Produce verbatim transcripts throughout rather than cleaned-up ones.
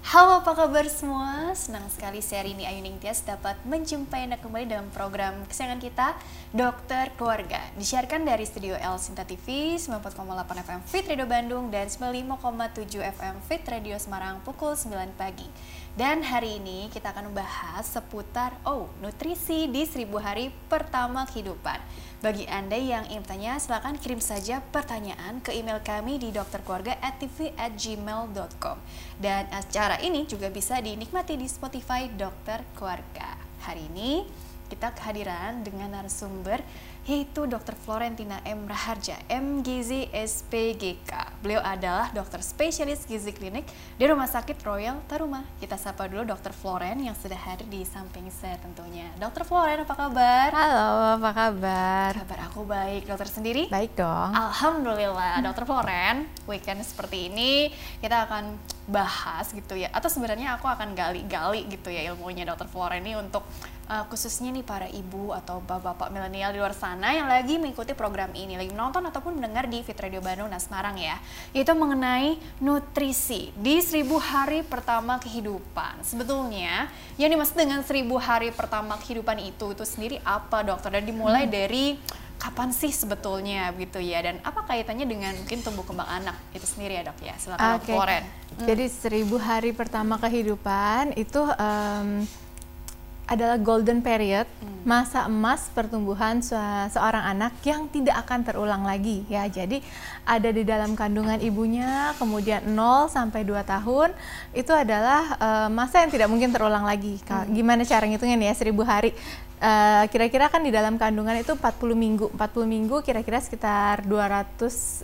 Halo, apa kabar semua? Senang sekali saya Rini Ayu Ningtyas dapat menjumpai Anda kembali dalam program kesayangan kita, Dokter Keluarga. Disiarkan dari Studio L Sinta T V, sembilan puluh empat koma delapan F M Fit Radio Bandung, dan sembilan puluh lima koma tujuh F M Fit Radio Semarang pukul sembilan pagi. Dan hari ini kita akan membahas seputar, oh, nutrisi di seribu hari pertama kehidupan. Bagi Anda yang ingin bertanya, silakan kirim saja pertanyaan ke email kami di dokterkeluarga at t v at gmail dot com. Dan acara ini juga bisa dinikmati di Spotify Dokter Keluarga. Hari ini kita kehadiran dengan narasumber yaitu Dokter Florentina M. Raharja, M Gizi S P G K. Beliau adalah dokter spesialis gizi klinik di Rumah Sakit Royal Taruma. Kita sapa dulu Dokter Floren yang sudah hadir di samping saya tentunya. Dokter Floren, apa kabar? Halo, apa kabar? Kabar aku baik. Dokter sendiri? Baik dong. Alhamdulillah. Dokter Floren, weekend seperti ini kita akan bahas gitu ya, atau sebenarnya aku akan gali-gali gitu ya ilmunya Dokter Floren ini untuk uh, khususnya nih para ibu atau bapak-bapak milenial di luar sana yang lagi mengikuti program ini, lagi menonton ataupun mendengar di Fit Radio Bandung dan Semarang ya, yaitu mengenai nutrisi di seribu hari pertama kehidupan. Sebetulnya yang dimaksud dengan seribu hari pertama kehidupan itu itu sendiri apa, dokter? Dan dimulai hmm. dari kapan sih sebetulnya gitu ya, dan apa kaitannya dengan mungkin tumbuh kembang anak itu sendiri ya dok ya? Silakan okay. Dok Floren. Hmm. Jadi seribu hari pertama kehidupan itu um, adalah golden period, hmm. masa emas pertumbuhan se seorang anak yang tidak akan terulang lagi ya. Jadi ada di dalam kandungan ibunya, kemudian nol sampai dua tahun itu adalah uh, masa yang tidak mungkin terulang lagi. Hmm. Gimana cara ngitungnya ya seribu hari? Kira-kira uh, kan di dalam kandungan itu empat puluh minggu, empat puluh minggu kira-kira sekitar dua ratus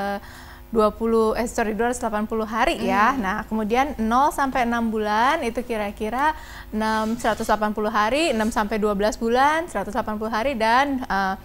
dua puluh eh sorry dua ratus delapan puluh hari hmm. ya. Nah, kemudian nol sampai enam bulan itu kira-kira enam seratus delapan puluh hari, enam sampai dua belas bulan seratus delapan puluh hari, dan uh,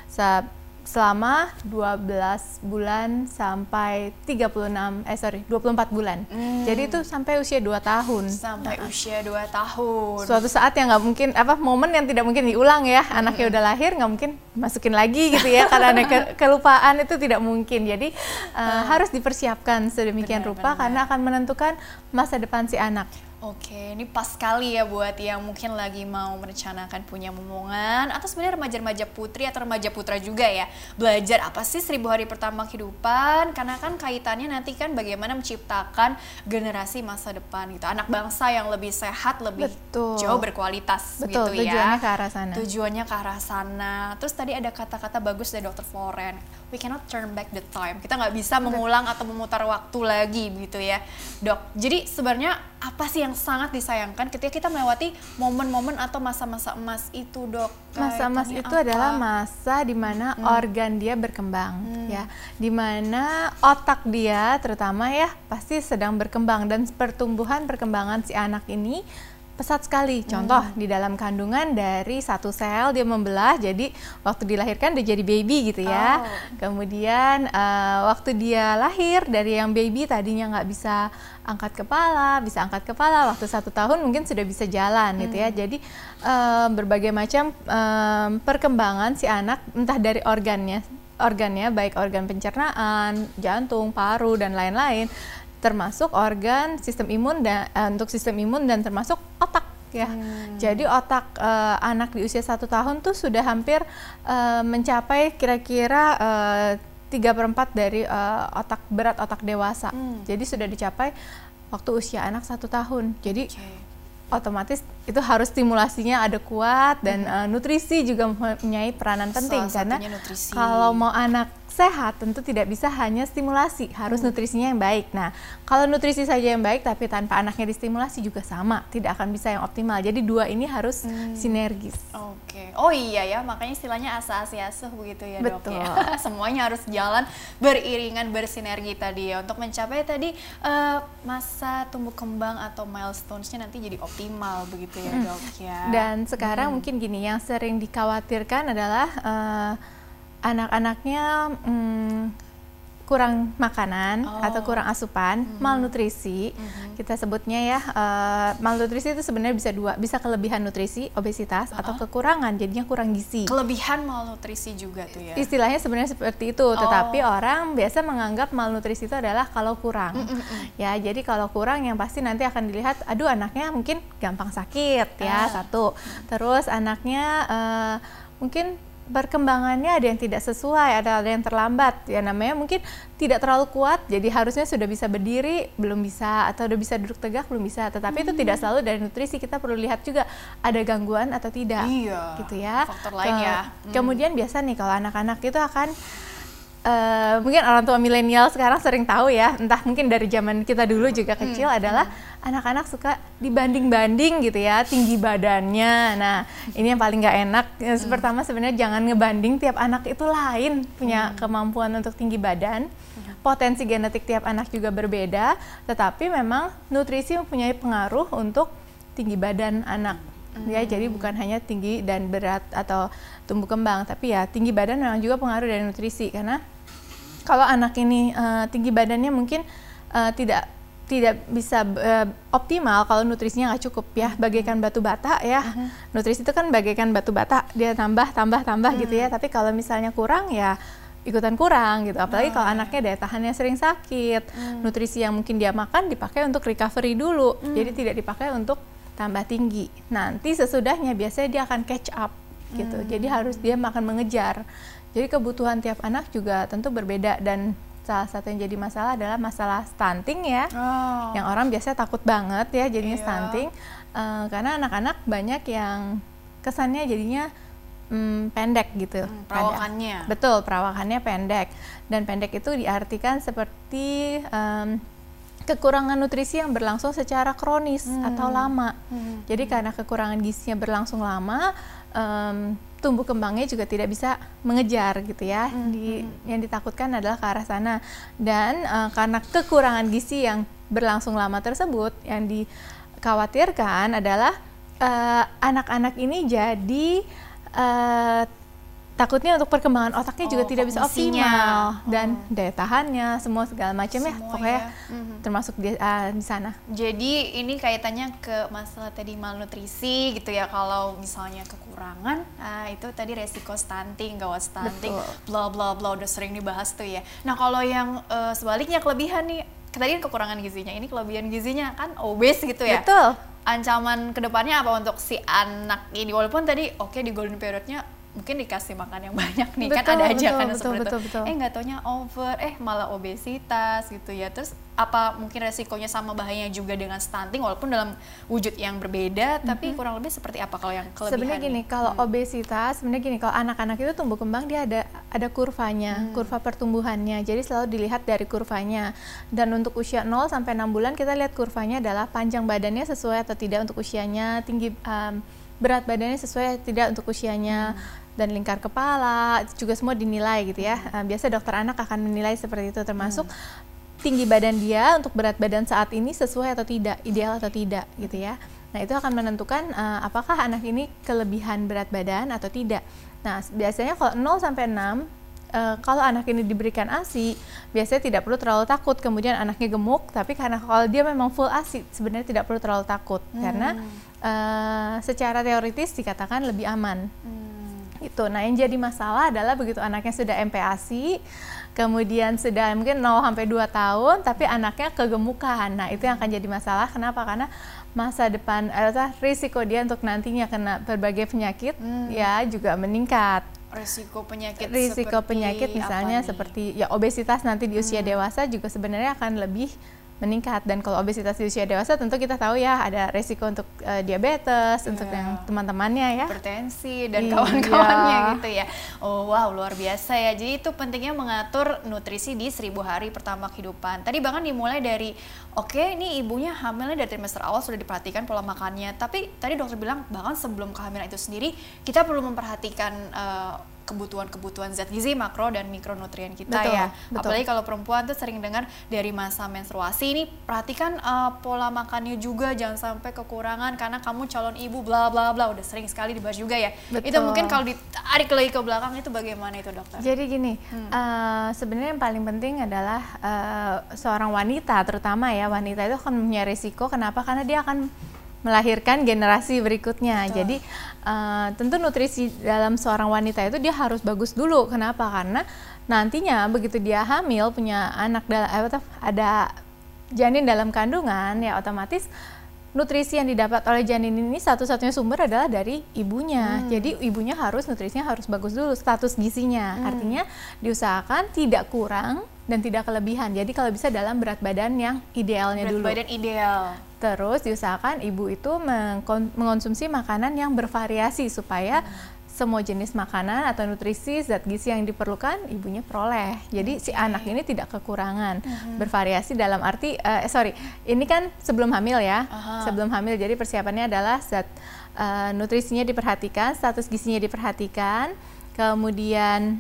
selama dua belas bulan sampai tiga puluh enam eh sorry dua puluh empat bulan. Hmm. Jadi itu sampai usia dua tahun. Sampai nah, usia dua tahun. Suatu saat yang nggak mungkin, apa momen yang tidak mungkin diulang ya. Hmm. Anaknya udah lahir nggak mungkin masukin lagi gitu ya, karena ada ke kelupaan itu tidak mungkin. Jadi uh, hmm. harus dipersiapkan sedemikian benar, rupa benar. Karena akan menentukan masa depan si anak. Oke, ini pas sekali ya buat yang mungkin lagi mau merencanakan punya momongan, atau sebenarnya remaja-remaja putri atau remaja putra juga ya, belajar apa sih seribu hari pertama kehidupan, karena kan kaitannya nanti kan bagaimana menciptakan generasi masa depan gitu, anak bangsa yang lebih sehat, lebih Betul. jauh berkualitas. Betul, gitu ya. Tujuannya ke arah sana. Tujuannya ke arah sana. Terus tadi ada kata-kata bagus dari Dokter Floren, we cannot turn back the time. Kita nggak bisa mengulang atau memutar waktu lagi gitu ya, dok. Jadi sebenarnya apa sih yang sangat disayangkan ketika kita melewati momen-momen atau masa-masa emas itu, dok? Masa emas itu apa? Adalah masa di mana hmm. organ dia berkembang, hmm. ya, di mana otak dia terutama ya pasti sedang berkembang, dan pertumbuhan perkembangan si anak ini pesat sekali. Contoh hmm. di dalam kandungan dari satu sel dia membelah, jadi waktu dilahirkan dia jadi baby gitu ya. Oh. Kemudian uh, waktu dia lahir dari yang baby tadinya nggak bisa angkat kepala, bisa angkat kepala, waktu satu tahun mungkin sudah bisa jalan hmm. gitu ya. Jadi um, berbagai macam um, perkembangan si anak, entah dari organnya, organnya baik organ pencernaan, jantung, paru dan lain-lain, termasuk organ sistem imun dan uh, untuk sistem imun dan termasuk otak ya. Hmm. Jadi otak uh, anak di usia satu tahun tuh sudah hampir uh, mencapai kira-kira uh, tiga per empat dari uh, otak berat otak dewasa. Hmm. Jadi sudah dicapai waktu usia anak satu tahun. Jadi okay. otomatis itu harus stimulasinya ada kuat, dan hmm. uh, nutrisi juga mempunyai peranan penting. Salah karena kalau mau anak sehat tentu tidak bisa hanya stimulasi, harus hmm. nutrisinya yang baik. Nah, kalau nutrisi saja yang baik tapi tanpa anaknya distimulasi juga sama, tidak akan bisa yang optimal. Jadi dua ini harus hmm. sinergis. Oke, okay. Oh iya ya, makanya istilahnya asa-asi-asuh begitu ya. Betul. Dok ya. Semuanya harus jalan beriringan, bersinergi tadi ya, untuk mencapai tadi uh, masa tumbuh kembang atau milestones-nya nanti jadi optimal begitu ya, hmm. dok ya. Dan sekarang hmm. mungkin gini, yang sering dikhawatirkan adalah uh, anak-anaknya hmm, kurang makanan Oh. atau kurang asupan, Mhm. malnutrisi, Mhm. kita sebutnya ya, uh, malnutrisi itu sebenarnya bisa dua, bisa kelebihan nutrisi, obesitas, Uh-uh. atau kekurangan, jadinya kurang gizi. Kelebihan malnutrisi juga tuh ya. Istilahnya sebenarnya seperti itu, tetapi orang biasa menganggap malnutrisi itu adalah kalau kurang. Mm-mm-mm. Ya, jadi kalau kurang yang pasti nanti akan dilihat, aduh anaknya mungkin gampang sakit ya, Ah. satu. Terus anaknya uh, mungkin perkembangannya ada yang tidak sesuai, ada ada yang terlambat. Ya namanya mungkin tidak terlalu kuat, jadi harusnya sudah bisa berdiri, belum bisa, atau udah bisa duduk tegak, belum bisa. Tetapi hmm. itu tidak selalu dari nutrisi, kita perlu lihat juga ada gangguan atau tidak. Iya. Gitu ya. Faktor lain Ke- ya. Hmm. Kemudian biasa nih kalau anak-anak itu akan Uh, mungkin orang tua milenial sekarang sering tahu ya, entah mungkin dari zaman kita dulu juga kecil, hmm. adalah anak-anak suka dibanding-banding gitu ya, tinggi badannya. Nah, ini yang paling nggak enak. Yang hmm. pertama sebenarnya jangan ngebanding, tiap anak itu lain punya hmm. kemampuan untuk tinggi badan. Hmm. Potensi genetik tiap anak juga berbeda, tetapi memang nutrisi mempunyai pengaruh untuk tinggi badan anak. Hmm. Ya, jadi bukan hanya tinggi dan berat atau tumbuh kembang, tapi ya tinggi badan memang juga pengaruh dari nutrisi, karena kalau anak ini uh, tinggi badannya mungkin uh, tidak tidak bisa uh, optimal kalau nutrisinya nggak cukup ya, bagaikan batu bata ya. Uh-huh. Nutrisi itu kan bagaikan batu bata, dia tambah tambah tambah uh-huh. gitu ya, tapi kalau misalnya kurang ya ikutan kurang gitu, apalagi uh-huh. kalau anaknya daya tahannya sering sakit, uh-huh. nutrisi yang mungkin dia makan dipakai untuk recovery dulu, uh-huh. jadi tidak dipakai untuk tambah tinggi. Nanti sesudahnya biasanya dia akan catch up gitu, hmm. jadi harus dia makan mengejar. Jadi kebutuhan tiap anak juga tentu berbeda, dan salah satu yang jadi masalah adalah masalah stunting ya, oh. yang orang biasanya takut banget ya jadinya iya. stunting, uh, karena anak-anak banyak yang kesannya jadinya um, pendek gitu, hmm, perawakannya. Pendek. Betul, perawakannya pendek, dan pendek itu diartikan seperti um, kekurangan nutrisi yang berlangsung secara kronis hmm. atau lama. Hmm. Jadi karena kekurangan gizinya berlangsung lama, um, tumbuh kembangnya juga tidak bisa mengejar gitu ya. Hmm. Di, yang ditakutkan adalah ke arah sana. Dan uh, karena kekurangan gizi yang berlangsung lama tersebut, yang dikhawatirkan adalah uh, anak-anak ini jadi uh, takutnya untuk perkembangan otaknya juga oh, tidak bisa optimal, dan oh. daya tahannya, semua segala macam ya, pokoknya ya. mm-hmm. termasuk di, uh, di sana. Jadi ini kaitannya ke masalah tadi malnutrisi gitu ya, kalau misalnya kekurangan, uh, itu tadi resiko stunting, gawat stunting, bla bla bla, udah sering dibahas tuh ya. Nah kalau yang uh, sebaliknya kelebihan nih, tadi kan kekurangan gizinya, ini kelebihan gizinya kan obes gitu ya. Betul. Ancaman kedepannya apa untuk si anak ini, walaupun tadi oke okay, di golden periodnya mungkin dikasih makan yang banyak nih, betul, kan ada aja betul, kan betul, seperti betul, itu betul. eh nggak taunya over, eh malah obesitas gitu ya. Terus apa mungkin resikonya sama bahayanya juga dengan stunting walaupun dalam wujud yang berbeda, mm-hmm. tapi kurang lebih seperti apa kalau yang kelebihan? Sebenarnya gini, kalau hmm. obesitas sebenarnya gini, kalau anak-anak itu tumbuh kembang dia ada ada kurvanya, hmm. kurva pertumbuhannya, jadi selalu dilihat dari kurvanya. Dan untuk usia nol sampai enam bulan kita lihat kurvanya adalah panjang badannya sesuai atau tidak untuk usianya, tinggi um, berat badannya sesuai atau tidak untuk usianya, hmm. dan lingkar kepala itu juga semua dinilai gitu ya. Uh, biasa dokter anak akan menilai seperti itu, termasuk hmm. tinggi badan dia untuk berat badan saat ini sesuai atau tidak, ideal atau tidak gitu ya. Nah itu akan menentukan uh, apakah anak ini kelebihan berat badan atau tidak. Nah biasanya kalau nol sampai enam, uh, kalau anak ini diberikan A S I, biasanya tidak perlu terlalu takut. Kemudian anaknya gemuk, tapi karena kalau dia memang full A S I, sebenarnya tidak perlu terlalu takut, hmm. karena uh, secara teoritis dikatakan lebih aman. Hmm. Itu. Nah yang jadi masalah adalah begitu anaknya sudah M P A S I, kemudian sudah mungkin nol sampai dua tahun, tapi anaknya kegemukan. Nah itu yang akan jadi masalah. Kenapa? Karena masa depan, eh, risiko dia untuk nantinya kena berbagai penyakit hmm. ya juga meningkat. Risiko penyakit risiko seperti penyakit misalnya seperti ya obesitas nanti di usia hmm. dewasa juga sebenarnya akan lebih meningkat. Dan kalau obesitas di usia dewasa tentu kita tahu ya ada resiko untuk uh, diabetes, yeah. untuk yang teman-temannya ya, hipertensi dan yeah. kawan-kawannya gitu ya. Oh wow, luar biasa ya. Jadi itu pentingnya mengatur nutrisi di seribu hari pertama kehidupan. Tadi bahkan dimulai dari oke okay, ini ibunya hamilnya dari trimester awal sudah diperhatikan pola makannya, tapi tadi dokter bilang bahkan sebelum kehamilan itu sendiri kita perlu memperhatikan uh, kebutuhan-kebutuhan zat gizi, makro dan mikronutrien kita. Betul, ya. betul. Apalagi kalau perempuan tuh sering dengar dari masa menstruasi ini, perhatikan uh, pola makannya juga, jangan sampai kekurangan karena kamu calon ibu bla bla bla, udah sering sekali dibahas juga ya. Betul. Itu mungkin kalau ditarik lagi ke belakang itu bagaimana itu dokter? Jadi gini, hmm. uh, sebenarnya yang paling penting adalah uh, seorang wanita, terutama ya wanita itu akan punya risiko. Kenapa? Karena dia akan melahirkan generasi berikutnya. Betul. Jadi uh, tentu nutrisi dalam seorang wanita itu dia harus bagus dulu. Kenapa? Karena nantinya begitu dia hamil, punya anak, ada janin dalam kandungan, ya otomatis nutrisi yang didapat oleh janin ini satu-satunya sumber adalah dari ibunya. Hmm. Jadi ibunya harus nutrisinya harus bagus dulu, status gizinya. Hmm. Artinya diusahakan tidak kurang dan tidak kelebihan. Jadi kalau bisa dalam berat badan yang idealnya berat dulu. Berat badan ideal. Terus diusahakan ibu itu mengkonsumsi makanan yang bervariasi supaya hmm. semua jenis makanan atau nutrisi zat gizi yang diperlukan ibunya peroleh. Jadi okay. si anak ini tidak kekurangan. Hmm. Bervariasi dalam arti uh, eh sorry, ini kan sebelum hamil ya. Aha. Sebelum hamil, jadi persiapannya adalah zat uh, nutrisinya diperhatikan, status gizinya diperhatikan, kemudian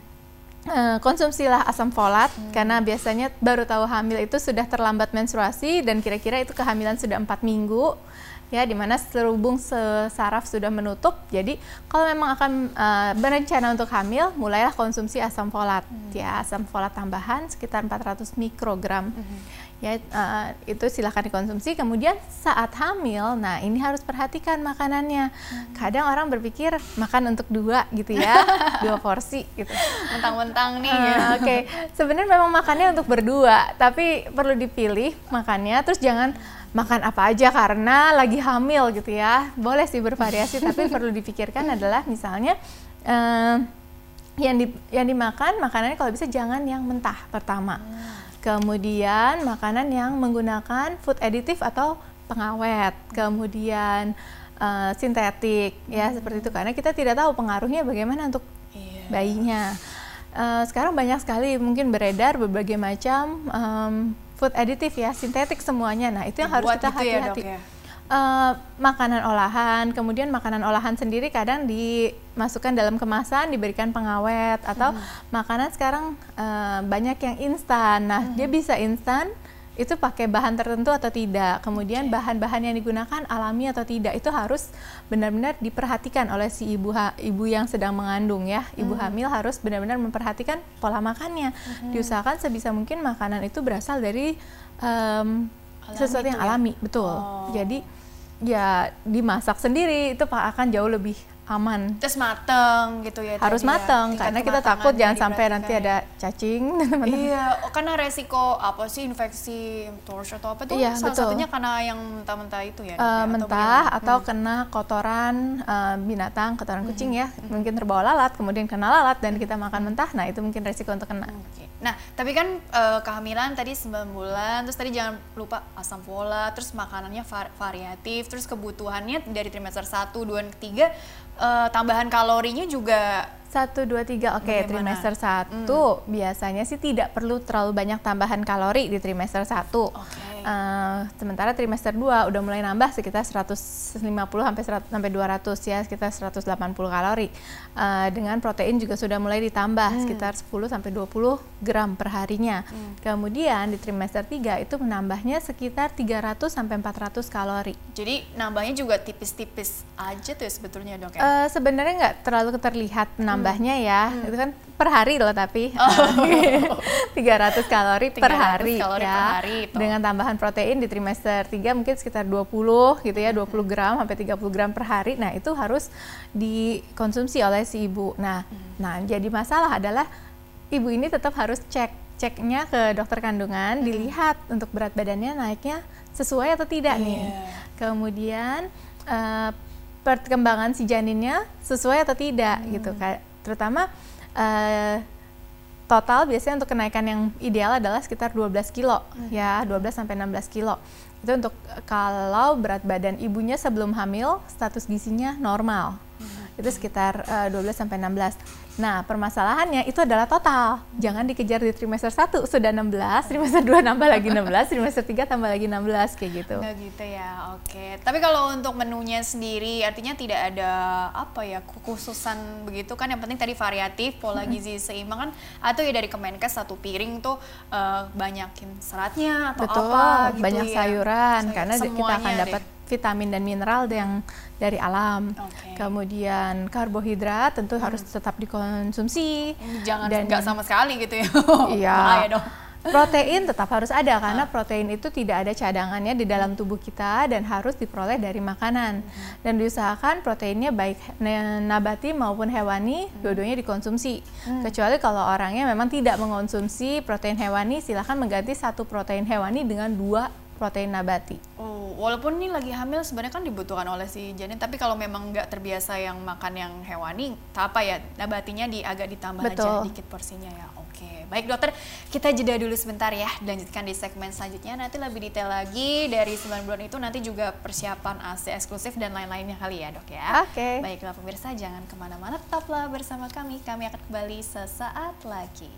Uh, konsumsilah asam folat, hmm. karena biasanya baru tahu hamil itu sudah terlambat menstruasi dan kira-kira itu kehamilan sudah empat minggu ya, dimana selubung saraf sudah menutup. Jadi kalau memang akan uh, berencana untuk hamil, mulailah konsumsi asam folat, hmm. ya asam folat tambahan sekitar empat ratus mikrogram. Hmm. Ya, uh, itu silahkan dikonsumsi. Kemudian saat hamil, nah ini harus perhatikan makanannya. Hmm. Kadang orang berpikir makan untuk dua gitu ya, dua porsi gitu. Mentang-mentang nih. Uh, ya. Oke, okay. Sebenarnya memang makannya untuk berdua, tapi perlu dipilih makannya. Terus jangan makan apa aja karena lagi hamil gitu ya. Boleh sih bervariasi, tapi perlu dipikirkan adalah misalnya uh, yang di, yang dimakan makanannya kalau bisa jangan yang mentah pertama. Hmm. Kemudian makanan yang menggunakan food additive atau pengawet, kemudian uh, sintetik, ya hmm. seperti itu, karena kita tidak tahu pengaruhnya bagaimana untuk yeah. bayinya. Uh, sekarang banyak sekali mungkin beredar berbagai macam um, food additive ya, sintetik semuanya. Nah itu yang harus Buat kita hati-hati. Ya, Uh, makanan olahan, kemudian makanan olahan sendiri kadang dimasukkan dalam kemasan, diberikan pengawet, atau hmm. makanan sekarang uh, banyak yang instan. Nah, hmm. dia bisa instan, itu pakai bahan tertentu atau tidak. Kemudian okay. bahan-bahan yang digunakan alami atau tidak, itu harus benar-benar diperhatikan oleh si ibu ha ibu yang sedang mengandung ya. Ibu hmm. hamil harus benar-benar memperhatikan pola makannya. Hmm. Diusahakan sebisa mungkin makanan itu berasal dari um, alami sesuatu yang ya? alami, betul. Oh. Jadi ya dimasak sendiri itu akan jauh lebih aman. Terus mateng gitu ya. Harus mateng ya, karena kita takut jangan sampai nanti ada cacing. Iya, oh, karena resiko apa sih infeksi torch atau apa tuh? Iya, salah betul. satunya karena yang mentah-mentah itu ya. Uh, ya mentah atau, atau hmm. kena kotoran uh, binatang, kotoran kucing hmm. ya. Hmm. Mungkin terbawa lalat, kemudian kena lalat dan kita makan mentah. Nah, itu mungkin resiko untuk kena. Okay. Nah, tapi kan uh, kehamilan tadi sembilan bulan, terus tadi jangan lupa asam folat, terus makanannya var variatif, terus kebutuhannya dari trimester satu, dua, dan ketiga, uh, tambahan kalorinya juga satu, dua, tiga, oke, okay, trimester satu hmm. biasanya sih tidak perlu terlalu banyak tambahan kalori di trimester satu. Okay. Uh, sementara trimester dua udah mulai nambah sekitar seratus lima puluh sampai dua ratus ya, sekitar seratus delapan puluh kalori. Uh, dengan protein juga sudah mulai ditambah hmm. sekitar sepuluh sampai dua puluh gram per harinya. Hmm. Kemudian di trimester tiga itu menambahnya sekitar tiga ratus sampai empat ratus kalori. Jadi nambahnya juga tipis-tipis aja tuh ya sebetulnya dok ya? Uh, sebenarnya nggak terlalu terlihat nambahnya hmm. ya, hmm. itu kan per hari loh tapi oh. tiga ratus kalori tiga ratus per hari kalori ya. Per hari itu. Dengan tambahan protein di trimester tiga mungkin sekitar dua puluh gitu ya, dua puluh gram sampai tiga puluh gram per hari. Nah, itu harus dikonsumsi oleh si ibu. Nah, hmm. nah jadi masalah adalah ibu ini tetap harus cek ceknya ke dokter kandungan, hmm. dilihat untuk berat badannya naiknya sesuai atau tidak yeah. nih. Kemudian uh, perkembangan si janinnya sesuai atau tidak hmm. gitu. Terutama uh, total biasanya untuk kenaikan yang ideal adalah sekitar dua belas kilo hmm. ya, dua belas sampai enam belas kilo. Itu untuk kalau berat badan ibunya sebelum hamil status gizinya normal. Hmm. itu sekitar uh, dua belas sampai enam belas. Nah, permasalahannya itu adalah total. Jangan dikejar di trimester satu sudah enam belas, trimester dua nambah lagi enam belas, trimester tiga tambah lagi enam belas kayak gitu. Nggak gitu ya, oke. Tapi kalau untuk menunya sendiri artinya tidak ada apa ya kekhususan begitu kan, yang penting tadi variatif, pola gizi seimbang kan, atau ya dari Kemenkes satu piring tuh uh, banyakin seratnya atau Betul, apa gitu banyak ya. sayuran Sayur, karena kita akan dapat vitamin dan mineral yang dari alam. Okay. Kemudian karbohidrat tentu hmm. harus tetap dikonsumsi. Jangan dan nggak sama sekali gitu ya. Iya. Bahaya dong. Protein tetap harus ada karena protein itu tidak ada cadangannya di dalam tubuh kita dan harus diperoleh dari makanan. Hmm. Dan diusahakan proteinnya baik nabati maupun hewani, hmm. dua-duanya dikonsumsi. Hmm. Kecuali kalau orangnya memang tidak mengonsumsi protein hewani, silahkan mengganti satu protein hewani dengan dua protein nabati. Oh, walaupun ini lagi hamil sebenarnya kan dibutuhkan oleh si janin, tapi kalau memang nggak terbiasa yang makan yang hewani, apa ya, nabatinya di agak ditambah Betul. aja dikit porsinya ya. Oke, baik dokter, kita jeda dulu sebentar ya, lanjutkan di segmen selanjutnya. Nanti lebih detail lagi dari sembilan bulan itu, nanti juga persiapan A S I eksklusif dan lain-lainnya kali ya dok ya. Oke. Okay. Baiklah pemirsa, jangan kemana-mana, tetaplah bersama kami. Kami akan kembali sesaat lagi.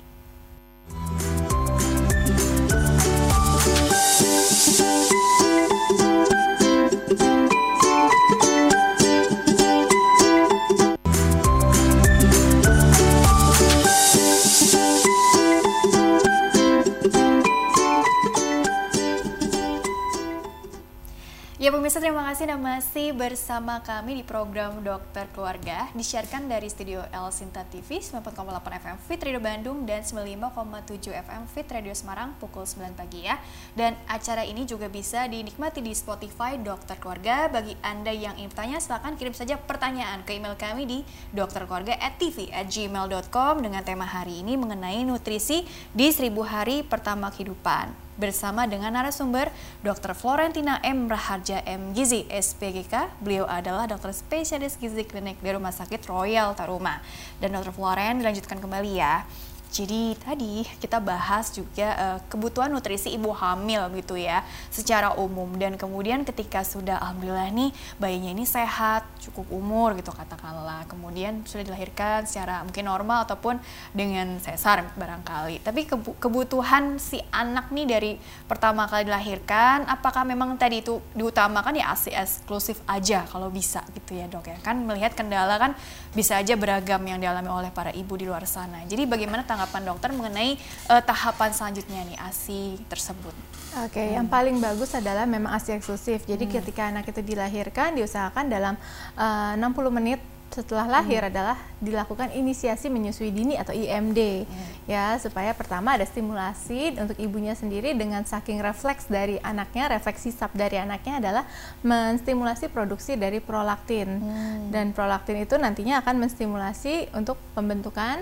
Ya pemirsa, terima kasih dan masih bersama kami di program Dokter Keluarga, disiarkan dari studio El Sinta T V sembilan puluh empat koma delapan F M Fit Radio Bandung dan sembilan puluh lima koma tujuh F M Fit Radio Semarang pukul sembilan pagi ya. Dan acara ini juga bisa dinikmati di Spotify Dokter Keluarga. Bagi Anda yang ingin bertanya, silakan kirim saja pertanyaan ke email kami di dokterkeluarga at t v at gmail dot com dengan tema hari ini mengenai nutrisi di seribu hari pertama kehidupan. Bersama dengan narasumber Dokter Florentina M. Raharja M. Gizi S P G K. Beliau adalah dokter spesialis gizi klinik di Rumah Sakit Royal Taruma. Dan Dokter Floren, dilanjutkan kembali ya. Jadi tadi kita bahas juga uh, kebutuhan nutrisi ibu hamil gitu ya secara umum, dan kemudian ketika sudah alhamdulillah nih bayinya ini sehat, cukup umur gitu katakanlah, kemudian sudah dilahirkan secara mungkin normal ataupun dengan sesar barangkali. Tapi kebutuhan si anak nih dari pertama kali dilahirkan, apakah memang tadi itu diutamakan ya A S I eksklusif aja kalau bisa gitu ya dok ya? Kan melihat kendala kan bisa aja beragam yang dialami oleh para ibu di luar sana. Jadi bagaimana tanggapan dokter mengenai uh, tahapan selanjutnya nih A S I tersebut? Oke, okay, hmm. yang paling bagus adalah memang A S I eksklusif. Jadi hmm. ketika anak itu dilahirkan, diusahakan dalam uh, enam puluh menit setelah lahir hmm. adalah dilakukan inisiasi menyusui dini atau I M D hmm. ya, supaya pertama ada stimulasi untuk ibunya sendiri dengan saking refleks dari anaknya, refleks sisap dari anaknya adalah menstimulasi produksi dari prolaktin hmm. dan prolaktin itu nantinya akan menstimulasi untuk pembentukan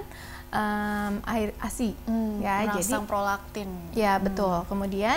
um, air A S I hmm, ya, jadi prolaktin ya hmm. betul. Kemudian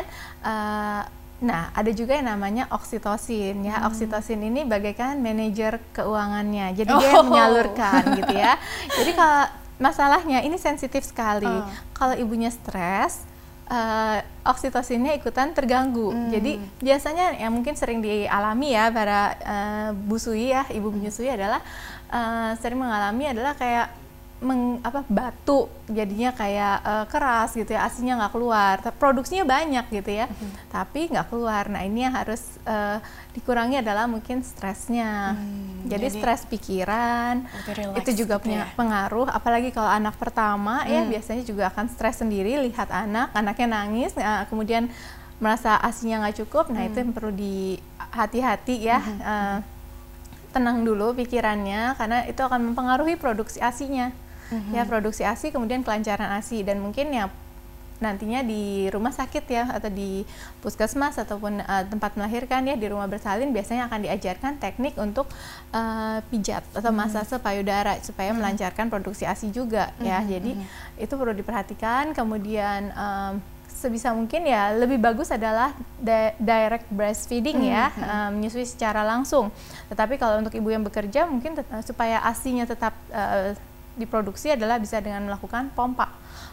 uh, nah, ada juga yang namanya oksitosin ya. Hmm. Oksitosin ini bagaikan manajer keuangannya. Jadi oh. dia yang menyalurkan gitu ya. Jadi kalau masalahnya ini sensitif sekali. Uh. Kalau ibunya stres, uh, oksitosinnya ikutan terganggu. Hmm. Jadi biasanya yang mungkin sering dialami ya para uh, busui ya, ibu menyusui adalah uh, sering mengalami adalah kayak Meng, apa batu, jadinya kayak uh, keras gitu ya, asinya nggak keluar, produksinya banyak gitu ya, mm-hmm. tapi nggak keluar. Nah ini yang harus uh, dikurangi adalah mungkin stresnya. Hmm, jadi, jadi stres pikiran itu juga gitu punya ya? pengaruh, apalagi kalau anak pertama hmm. ya biasanya juga akan stres sendiri lihat anak, anaknya nangis, nah, kemudian merasa asinya nggak cukup. Nah hmm. itu yang perlu di hati-hati ya. Hmm. Uh, tenang dulu pikirannya karena itu akan mempengaruhi produksi asinya. Mm-hmm. Ya, produksi A S I kemudian kelancaran A S I, dan mungkin ya nantinya di rumah sakit ya atau di puskesmas ataupun uh, tempat melahirkan ya di rumah bersalin biasanya akan diajarkan teknik untuk uh, pijat atau masase mm-hmm. payudara supaya mm-hmm. melancarkan produksi A S I juga mm-hmm. ya. Jadi mm-hmm. itu perlu diperhatikan. Kemudian um, sebisa mungkin ya lebih bagus adalah di- direct breastfeeding mm-hmm. ya, um, menyusui secara langsung. Tetapi kalau untuk ibu yang bekerja mungkin tet- supaya A S I-nya tetap uh, diproduksi adalah bisa dengan melakukan pompa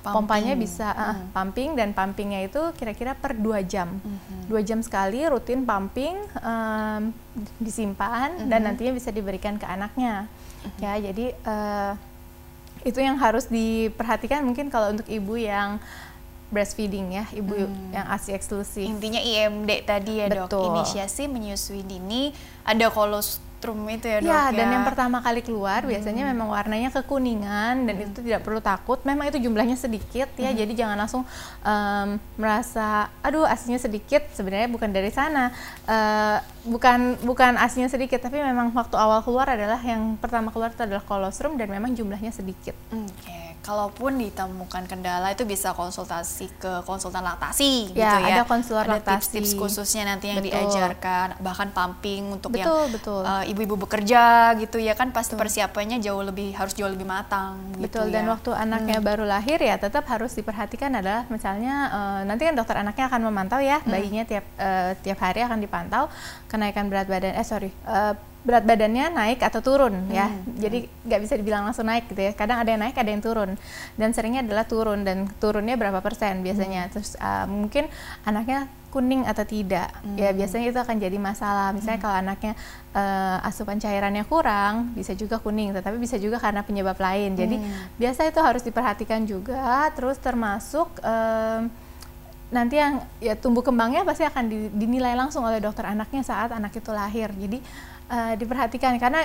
Pumping. Pompanya bisa uh, hmm. pumping, dan pumpingnya itu kira-kira per dua jam. Hmm. Dua jam sekali rutin pumping, um, disimpan, hmm. dan nantinya bisa diberikan ke anaknya. Hmm. Ya, jadi uh, itu yang harus diperhatikan mungkin kalau untuk ibu yang breastfeeding ya, ibu hmm. yang A S I eksklusif. Intinya I M D tadi ya. Betul. Dok, inisiasi menyusui dini, ada kolostrum itu ya, Dok ya. Ya, dan yang pertama kali keluar hmm. biasanya memang warnanya kekuningan, dan hmm. itu tidak perlu takut, memang itu jumlahnya sedikit ya, hmm. jadi jangan langsung um, merasa aduh asinya sedikit, sebenarnya bukan dari sana, uh, bukan bukan asinya sedikit, tapi memang waktu awal keluar adalah yang pertama keluar itu adalah kolostrum, dan memang jumlahnya sedikit. Oke. Okay. Kalaupun ditemukan kendala itu bisa konsultasi ke konsultan laktasi ya, gitu ya. Ada konselor ada laktasi. tips-tips khususnya nanti yang betul. diajarkan, bahkan pumping untuk betul, yang betul. Uh, ibu-ibu bekerja gitu ya kan, pasti betul. Persiapannya jauh lebih harus jauh lebih matang. Betul. Gitu dan ya. waktu anaknya hmm. baru lahir ya tetap harus diperhatikan adalah misalnya uh, nanti kan dokter anaknya akan memantau ya, hmm. bayinya tiap uh, tiap hari akan dipantau kenaikan berat badan eh sorry uh, berat badannya naik atau turun hmm. ya, jadi nggak bisa dibilang langsung naik gitu ya, kadang ada yang naik ada yang turun, dan seringnya adalah turun, dan turunnya berapa persen biasanya, hmm. terus uh, mungkin anaknya kuning atau tidak, hmm. ya biasanya itu akan jadi masalah, misalnya hmm. kalau anaknya uh, asupan cairannya kurang bisa juga kuning, tetapi bisa juga karena penyebab lain, jadi hmm. biasa itu harus diperhatikan juga, terus termasuk um, nanti yang ya tumbuh kembangnya pasti akan dinilai langsung oleh dokter anaknya saat anak itu lahir, jadi Uh, diperhatikan karena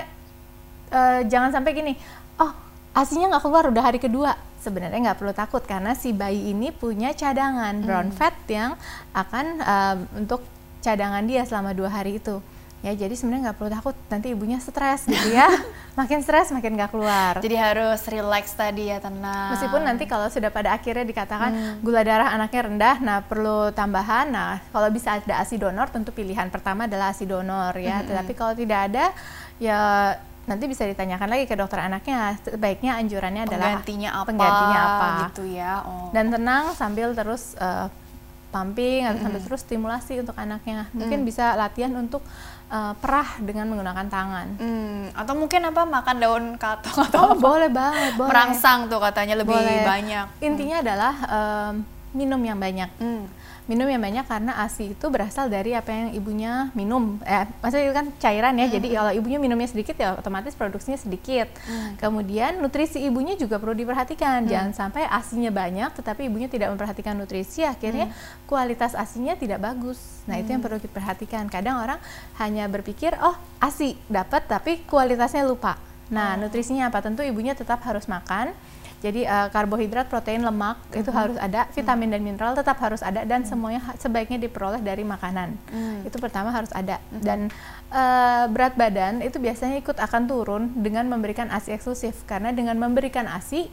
uh, jangan sampai gini, oh asinya nggak keluar udah hari kedua, sebenarnya nggak perlu takut karena si bayi ini punya cadangan hmm. brown fat yang akan uh, untuk cadangan dia selama dua hari itu ya, jadi sebenarnya nggak perlu takut nanti ibunya stres gitu ya. Makin stres makin nggak keluar, jadi harus relax tadi ya, tenang. Meskipun nanti kalau sudah pada akhirnya dikatakan hmm. gula darah anaknya rendah, nah perlu tambahan, nah kalau bisa ada ASI donor tentu pilihan pertama adalah ASI donor ya, hmm. tetapi kalau tidak ada ya nanti bisa ditanyakan lagi ke dokter anaknya, sebaiknya anjurannya adalah penggantinya apa, penggantinya apa gitu ya. Oh. Dan tenang sambil terus uh, pumping atau mm-hmm. sambil terus stimulasi untuk anaknya, mungkin mm. bisa latihan untuk uh, perah dengan menggunakan tangan, mm. atau mungkin apa makan daun katong atau oh, apa? boleh banget, boleh. Merangsang tuh katanya lebih boleh. banyak. Intinya mm. adalah um, minum yang banyak. Mm. Minum yang banyak karena ASI itu berasal dari apa yang ibunya minum. Eh, maksudnya itu kan cairan ya. Mm. Jadi kalau ibunya minumnya sedikit ya otomatis produksinya sedikit. Mm. Kemudian nutrisi ibunya juga perlu diperhatikan. Mm. Jangan sampai ASInya banyak tetapi ibunya tidak memperhatikan nutrisi, akhirnya mm. kualitas ASInya tidak bagus. Nah, mm. itu yang perlu diperhatikan. Kadang orang hanya berpikir, "Oh, ASI dapat tapi kualitasnya lupa." Nah, oh. nutrisinya apa? Tentu ibunya tetap harus makan. Jadi uh, karbohidrat, protein, lemak mm-hmm. itu harus ada, vitamin mm-hmm. dan mineral tetap harus ada, dan mm-hmm. semuanya sebaiknya diperoleh dari makanan. Mm. Itu pertama harus ada. Mm-hmm. Dan uh, berat badan itu biasanya ikut akan turun dengan memberikan ASI eksklusif, karena dengan memberikan ASI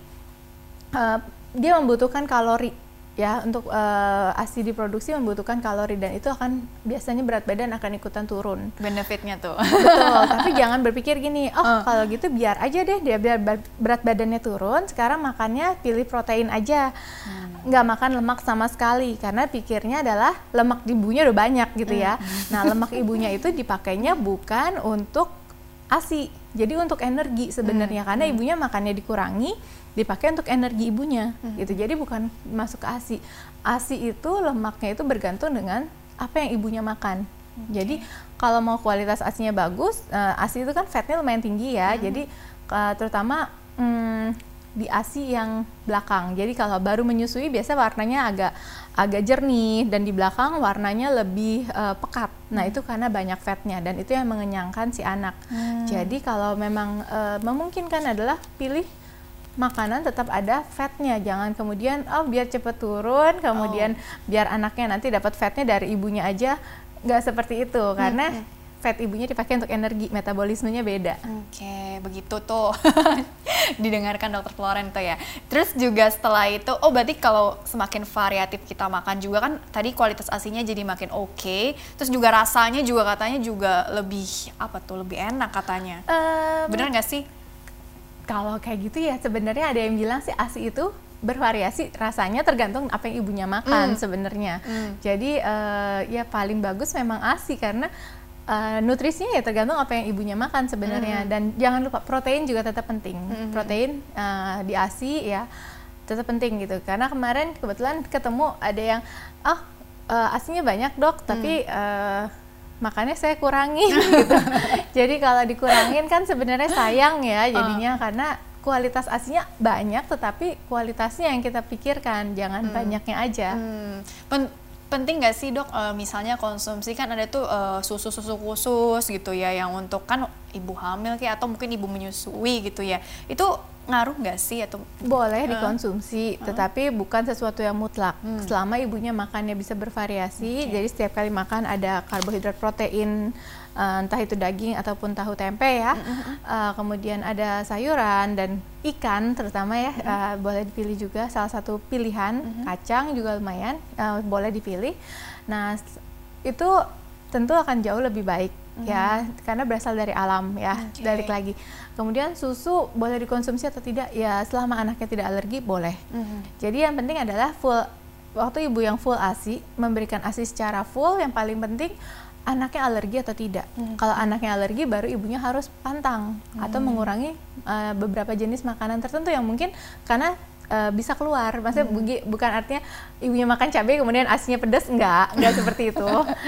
uh, dia membutuhkan kalori. Ya, untuk uh, ASI diproduksi membutuhkan kalori, dan itu akan biasanya berat badan akan ikutan turun. Benefitnya tuh. Betul, tapi jangan berpikir gini, oh uh. kalau gitu biar aja deh dia biar berat badannya turun, sekarang makannya pilih protein aja, hmm. nggak makan lemak sama sekali, karena pikirnya adalah lemak ibunya udah banyak gitu ya. Hmm. Nah, lemak ibunya itu dipakainya bukan untuk ASI, jadi untuk energi sebenarnya, hmm. karena ibunya makannya dikurangi, dipakai untuk energi ibunya, hmm. gitu. Jadi bukan masuk ke ASI. ASI itu lemaknya itu bergantung dengan apa yang ibunya makan. Okay. Jadi kalau mau kualitas ASInya bagus, uh, ASI itu kan fatnya lumayan tinggi ya. Hmm. Jadi uh, terutama um, di ASI yang belakang. Jadi kalau baru menyusui biasa warnanya agak agak jernih, dan di belakang warnanya lebih uh, pekat. Nah, hmm. itu karena banyak fatnya, dan itu yang mengenyangkan si anak. Hmm. Jadi kalau memang uh, memungkinkan adalah pilih makanan tetap ada fatnya, jangan kemudian oh biar cepet turun, kemudian oh. biar anaknya nanti dapat fatnya dari ibunya aja, nggak seperti itu, karena hmm. fat ibunya dipakai untuk energi, metabolismenya beda. Oke, okay, begitu tuh. Didengarkan dokter Floren tuh ya. Terus juga setelah itu, oh berarti kalau semakin variatif kita makan juga kan, tadi kualitas ASInya jadi makin oke, okay. Terus juga rasanya juga katanya juga lebih apa tuh, lebih enak katanya. Um, Bener nggak sih? Kalau kayak gitu ya sebenarnya ada yang bilang sih ASI itu bervariasi rasanya tergantung apa yang ibunya makan mm. sebenarnya. Mm. Jadi uh, ya paling bagus memang ASI karena uh, nutrisinya ya tergantung apa yang ibunya makan sebenarnya. Mm. Dan jangan lupa protein juga tetap penting. Mm. Protein uh, di ASI ya tetap penting gitu. Karena kemarin kebetulan ketemu ada yang, oh uh, asinya banyak dok, tapi hmm. uh, makannya saya kurangi gitu. Jadi kalau dikurangin kan sebenarnya sayang ya jadinya, uh. karena kualitas asinya banyak, tetapi kualitasnya yang kita pikirkan, jangan hmm. banyaknya aja. Hmm. Pen penting nggak sih dok, uh, misalnya konsumsi kan ada tuh uh, susu-susu khusus gitu ya, yang untuk kan ibu hamil kayak atau mungkin ibu menyusui gitu ya, itu ngaruh nggak sih atau boleh dikonsumsi, uh, tetapi bukan sesuatu yang mutlak. Hmm. Selama ibunya makannya bisa bervariasi, okay. jadi setiap kali makan ada karbohidrat, protein, uh, entah itu daging ataupun tahu tempe ya, uh-huh. uh, kemudian ada sayuran dan ikan terutama ya, uh-huh. uh, boleh dipilih juga salah satu pilihan, uh-huh. kacang juga lumayan, uh, boleh dipilih. Nah itu tentu akan jauh lebih baik. Mm-hmm. ya, karena berasal dari alam ya, okay. balik lagi. Kemudian susu boleh dikonsumsi atau tidak? Ya selama anaknya tidak alergi boleh. Mm-hmm. Jadi yang penting adalah full, waktu ibu yang full ASI, memberikan ASI secara full, yang paling penting anaknya alergi atau tidak. Mm-hmm. Kalau anaknya alergi baru ibunya harus pantang mm-hmm. atau mengurangi uh, beberapa jenis makanan tertentu yang mungkin karena Uh, bisa keluar, maksudnya hmm. bukan artinya ibunya makan cabai kemudian asinya pedas, enggak, enggak seperti itu.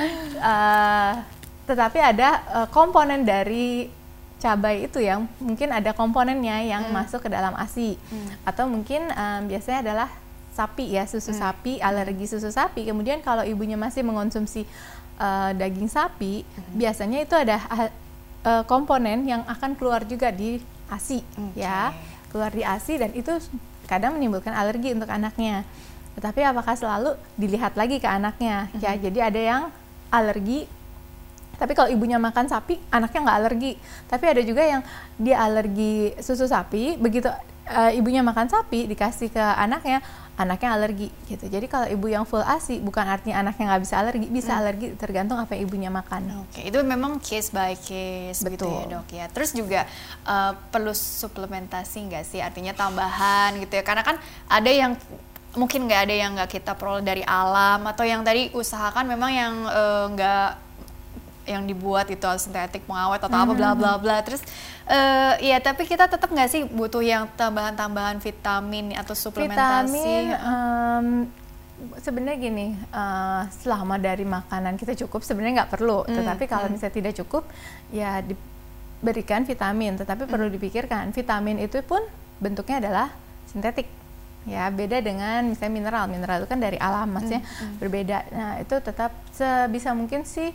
Uh, tetapi ada uh, komponen dari cabai itu yang mungkin ada komponennya yang hmm. masuk ke dalam ASI, hmm. atau mungkin um, biasanya adalah sapi ya, susu hmm. sapi, alergi susu sapi. Kemudian kalau ibunya masih mengonsumsi uh, daging sapi, hmm. biasanya itu ada uh, komponen yang akan keluar juga di ASI, okay. ya, keluar di ASI, dan itu kadang menimbulkan alergi untuk anaknya. Tetapi apakah selalu dilihat lagi ke anaknya? Mm-hmm. Ya, jadi ada yang alergi, tapi kalau ibunya makan sapi, anaknya nggak alergi. Tapi ada juga yang dia alergi susu sapi, begitu uh, ibunya makan sapi, dikasih ke anaknya, anaknya alergi gitu. Jadi kalau ibu yang full ASI, bukan artinya anaknya nggak bisa alergi, bisa hmm. alergi tergantung apa yang ibunya makan. Oke, itu memang case by case. Betul. Gitu ya dok ya. Terus juga uh, perlu suplementasi nggak sih? Artinya tambahan gitu ya, karena kan ada yang mungkin nggak ada yang nggak kita peroleh dari alam, atau yang tadi usahakan memang yang nggak uh, yang dibuat itu sintetik pengawet atau mm-hmm. apa bla bla bla. Terus uh, ya tapi kita tetap nggak sih butuh yang tambahan-tambahan vitamin atau suplementasi? Vitamin um, sebenarnya gini, uh, selama dari makanan kita cukup sebenarnya nggak perlu. Mm. Tetapi kalau mm. misalnya tidak cukup ya diberikan vitamin. Tetapi mm. perlu dipikirkan vitamin itu pun bentuknya adalah sintetik. Ya, beda dengan misalnya mineral. Mineral itu kan dari alam, maksudnya mm. berbeda. Nah, itu tetap sebisa mungkin sih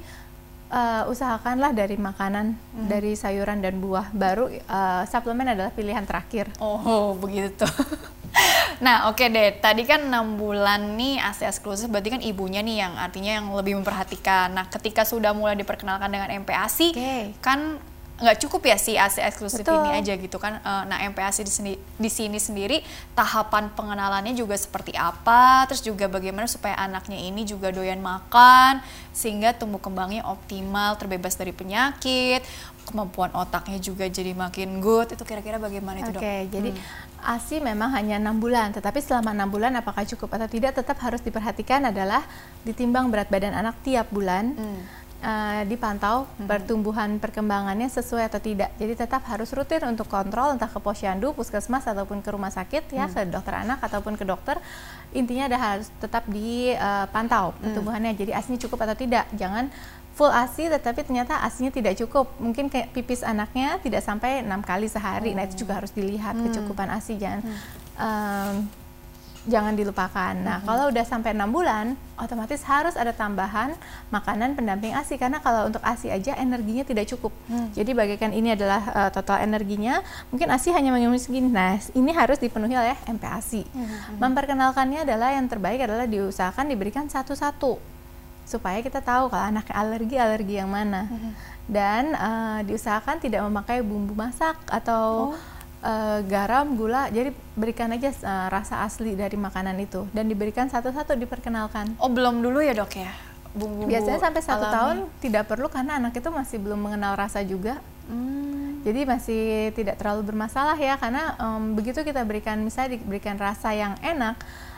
Uh, usahakanlah dari makanan, hmm. dari sayuran dan buah. Baru uh, suplemen adalah pilihan terakhir. Oh, begitu. Nah, oke okay deh. Tadi kan enam bulan nih ASI eksklusif, berarti kan ibunya nih yang artinya yang lebih memperhatikan. Nah, ketika sudah mulai diperkenalkan dengan M P A S I, okay. kan nggak cukup ya si ASI eksklusif Betul. Ini aja gitu kan. Nah, M P A S I di sini, di sini sendiri tahapan pengenalannya juga seperti apa, terus juga bagaimana supaya anaknya ini juga doyan makan sehingga tumbuh kembangnya optimal, terbebas dari penyakit, kemampuan otaknya juga jadi makin good. Itu kira-kira bagaimana itu, Dok? Oke, jadi hmm. ASI memang hanya enam bulan, tetapi selama enam bulan apakah cukup atau tidak tetap harus diperhatikan adalah ditimbang berat badan anak tiap bulan. Hmm. Uh, dipantau hmm. pertumbuhan perkembangannya sesuai atau tidak. Jadi tetap harus rutin untuk kontrol, entah ke posyandu, puskesmas ataupun ke rumah sakit ya, hmm. ke dokter anak ataupun ke dokter. Intinya ada harus tetap dipantau uh, pertumbuhannya. Hmm. Jadi ASINya cukup atau tidak. Jangan full ASI tetapi ternyata ASINya tidak cukup. Mungkin kayak pipis anaknya tidak sampai enam kali sehari. Oh. Nah, itu juga harus dilihat hmm. kecukupan ASI. Jangan hmm. um, jangan dilupakan. Nah, mm-hmm. kalau udah sampai enam bulan, otomatis harus ada tambahan makanan pendamping ASI, karena kalau untuk ASI aja energinya tidak cukup. Mm. Jadi bagaikan ini adalah uh, total energinya, mungkin ASI hanya memenuhi segini. Nah, ini harus dipenuhi oleh M P A S I. Mm-hmm. Memperkenalkannya adalah yang terbaik adalah diusahakan diberikan satu-satu, supaya kita tahu kalau anak alergi, alergi yang mana. Mm-hmm. Dan uh, diusahakan tidak memakai bumbu masak atau oh. Uh, garam, gula, jadi berikan aja uh, rasa asli dari makanan itu dan diberikan satu-satu, diperkenalkan. Oh, belum dulu ya dok ya? Bumbu biasanya sampai satu alami. Tahun tidak perlu karena anak itu masih belum mengenal rasa juga. Hmm. Jadi masih tidak terlalu bermasalah ya, karena um, begitu kita berikan, misalnya diberikan rasa yang enak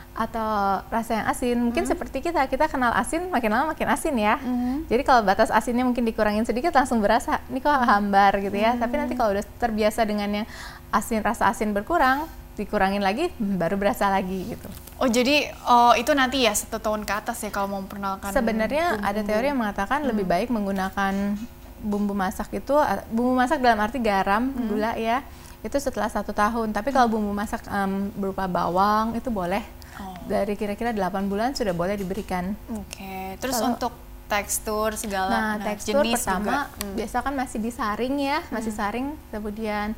atau rasa yang asin, mungkin hmm. seperti kita, kita kenal asin, makin lama makin asin ya. Hmm. Jadi kalau batas asinnya mungkin dikurangin sedikit langsung berasa, ini kok hambar gitu ya. Hmm. Tapi nanti kalau udah terbiasa dengan yang asin, rasa asin berkurang, dikurangin lagi baru berasa lagi gitu. Oh jadi oh, itu nanti ya satu tahun ke atas ya kalau mau memperkenalkan. Sebenarnya bumbu. Ada teori yang mengatakan hmm. lebih baik menggunakan bumbu masak itu, bumbu masak dalam arti garam, hmm. gula ya, itu setelah satu tahun. Tapi kalau bumbu masak um, berupa bawang itu boleh. Oh. Dari kira-kira delapan bulan sudah boleh diberikan. Oke, okay. Terus kalau, untuk tekstur segala nah, nah tekstur jenis pertama juga. Hmm. biasa kan masih disaring ya, hmm. masih saring, kemudian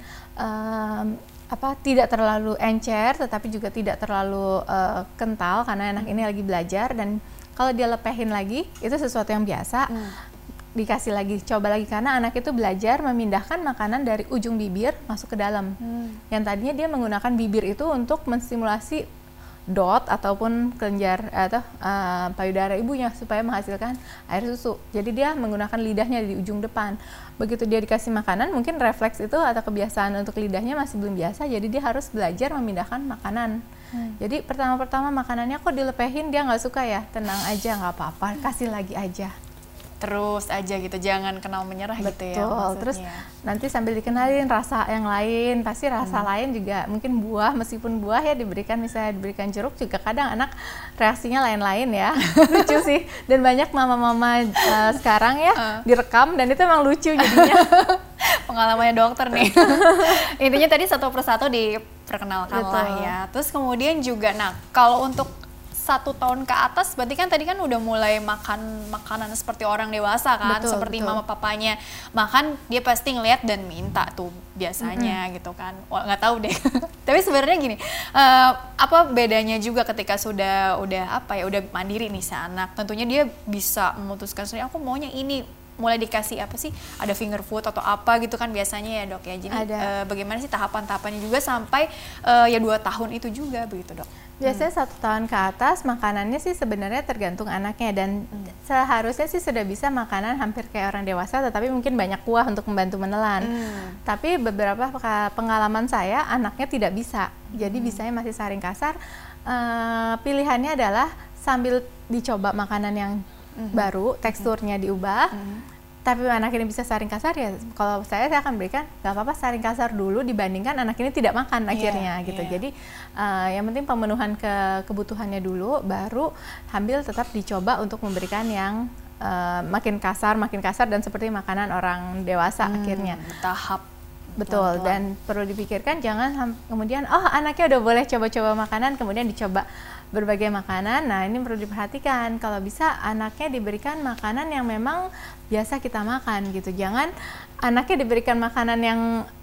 um, apa tidak terlalu encer tetapi juga tidak terlalu uh, kental karena anak hmm. ini lagi belajar, dan kalau dia lepehin lagi itu sesuatu yang biasa. Hmm. Dikasih lagi, coba lagi, karena anak itu belajar memindahkan makanan dari ujung bibir masuk ke dalam. Hmm. Yang tadinya dia menggunakan bibir itu untuk menstimulasi dot ataupun kelenjar atau uh, payudara ibunya supaya menghasilkan air susu. Jadi dia menggunakan lidahnya di ujung depan. Begitu dia dikasih makanan, mungkin refleks itu atau kebiasaan untuk lidahnya masih belum biasa, jadi dia harus belajar memindahkan makanan. Hmm. Jadi pertama-pertama makanannya kok dilepehin, dia nggak suka ya, tenang aja, nggak apa-apa, kasih lagi aja. Terus aja gitu, jangan kenal menyerah. Betul. Gitu ya maksudnya. Terus nanti sambil dikenalin rasa yang lain, pasti rasa hmm. lain juga mungkin buah, meskipun buah ya diberikan, misalnya diberikan jeruk juga kadang anak reaksinya lain-lain ya. Lucu sih, dan banyak mama-mama uh, sekarang ya uh. direkam dan itu emang lucu jadinya. Pengalamannya dokter nih. Intinya tadi satu persatu diperkenalkan. Betul. Lah ya. Terus kemudian juga, nah kalau untuk satu tahun ke atas berarti kan tadi kan udah mulai makan makanan seperti orang dewasa kan, betul, seperti betul. Mama papanya makan, dia pasti ngeliat dan minta tuh biasanya. Mm-hmm. Gitu kan. Wah, nggak tahu deh. Tapi sebenarnya gini, uh, apa bedanya juga ketika sudah udah apa ya udah mandiri nih si anak, tentunya dia bisa memutuskan sendiri, aku maunya ini, mulai dikasih apa sih, ada finger food atau apa gitu kan biasanya ya dok ya. Jadi uh, bagaimana sih tahapan-tahapannya juga sampai uh, ya dua tahun itu juga begitu dok? Biasanya hmm. satu tahun ke atas makanannya sih sebenarnya tergantung anaknya, dan hmm. seharusnya sih sudah bisa makanan hampir kayak orang dewasa, tetapi mungkin banyak kuah untuk membantu menelan. Hmm. Tapi beberapa pengalaman saya anaknya tidak bisa, hmm. jadi bisanya masih saring kasar. Uh, pilihannya adalah sambil dicoba makanan yang hmm. baru, teksturnya hmm. diubah. Hmm. Tapi anak ini bisa saring kasar ya, kalau saya saya akan berikan nggak apa-apa saring kasar dulu dibandingkan anak ini tidak makan akhirnya yeah, gitu. Yeah. Jadi uh, yang penting pemenuhan ke kebutuhannya dulu, baru sambil tetap dicoba untuk memberikan yang uh, makin kasar, makin kasar dan seperti makanan orang dewasa hmm, akhirnya. Tahap. Betul, pelan-pelan. Dan perlu dipikirkan jangan kemudian oh anaknya udah boleh coba-coba makanan kemudian dicoba berbagai makanan. Nah ini perlu diperhatikan, kalau bisa anaknya diberikan makanan yang memang biasa kita makan gitu. Jangan anaknya diberikan makanan yang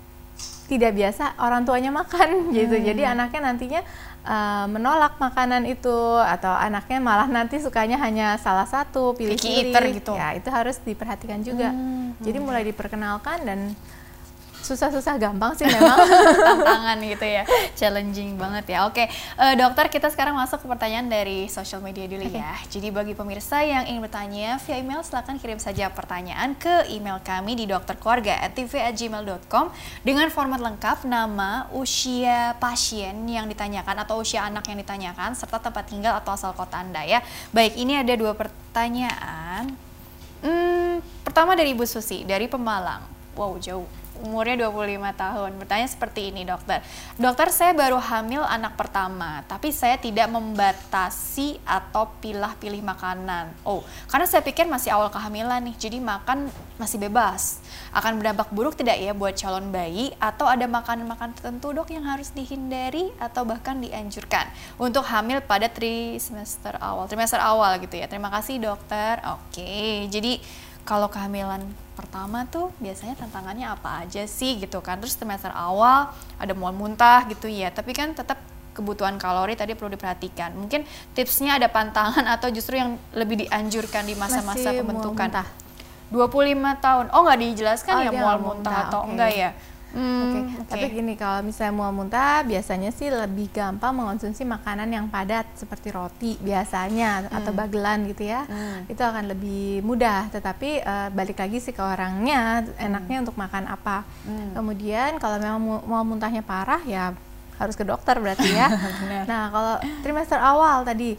tidak biasa orang tuanya makan gitu. Hmm. Jadi anaknya nantinya uh, menolak makanan itu, atau anaknya malah nanti sukanya hanya salah satu, pilih-pilih gitu. Ya itu harus diperhatikan juga. Hmm. Jadi mulai diperkenalkan, dan susah-susah gampang sih memang. Tantangan gitu ya, challenging banget ya. Oke, uh, dokter, kita sekarang masuk ke pertanyaan dari sosial media dulu okay. ya. Jadi bagi pemirsa yang ingin bertanya via email, silakan kirim saja pertanyaan ke email kami di dokterkeluarga at t v at gmail dot com dengan format lengkap, nama, usia pasien yang ditanyakan atau usia anak yang ditanyakan, serta tempat tinggal atau asal kota Anda ya. Baik, ini ada dua pertanyaan. Hmm, pertama dari Ibu Susi, dari Pemalang. Wow, jauh. Umurnya dua puluh lima tahun. Bertanya seperti ini, dokter. Dokter, saya baru hamil anak pertama, tapi saya tidak membatasi atau pilah-pilih makanan. Oh, karena saya pikir masih awal kehamilan nih, jadi makan masih bebas. Akan berdampak buruk tidak ya buat calon bayi? Atau ada makanan-makanan tertentu, dok, yang harus dihindari atau bahkan dianjurkan untuk hamil pada trimester awal, trimester awal gitu ya. Terima kasih, dokter. Oke, jadi kalau kehamilan pertama tuh biasanya tantangannya apa aja sih gitu kan. Terus trimester awal ada mual muntah gitu ya, tapi kan tetap kebutuhan kalori tadi perlu diperhatikan. Mungkin tipsnya ada pantangan atau justru yang lebih dianjurkan di masa-masa pembentukan. dua puluh lima tahun. Oh, nggak dijelaskan oh, ya mual muntah, muntah atau okay. enggak ya? Hmm, Oke, okay. okay. Tapi gini, kalau misalnya mual muntah biasanya sih lebih gampang mengonsumsi makanan yang padat seperti roti biasanya hmm. atau bagelan gitu ya. Hmm. Itu akan lebih mudah, tetapi uh, balik lagi sih ke orangnya, enaknya hmm. untuk makan apa. Hmm. Kemudian kalau memang mual muntahnya parah ya harus ke dokter berarti ya. Nah, kalau trimester awal tadi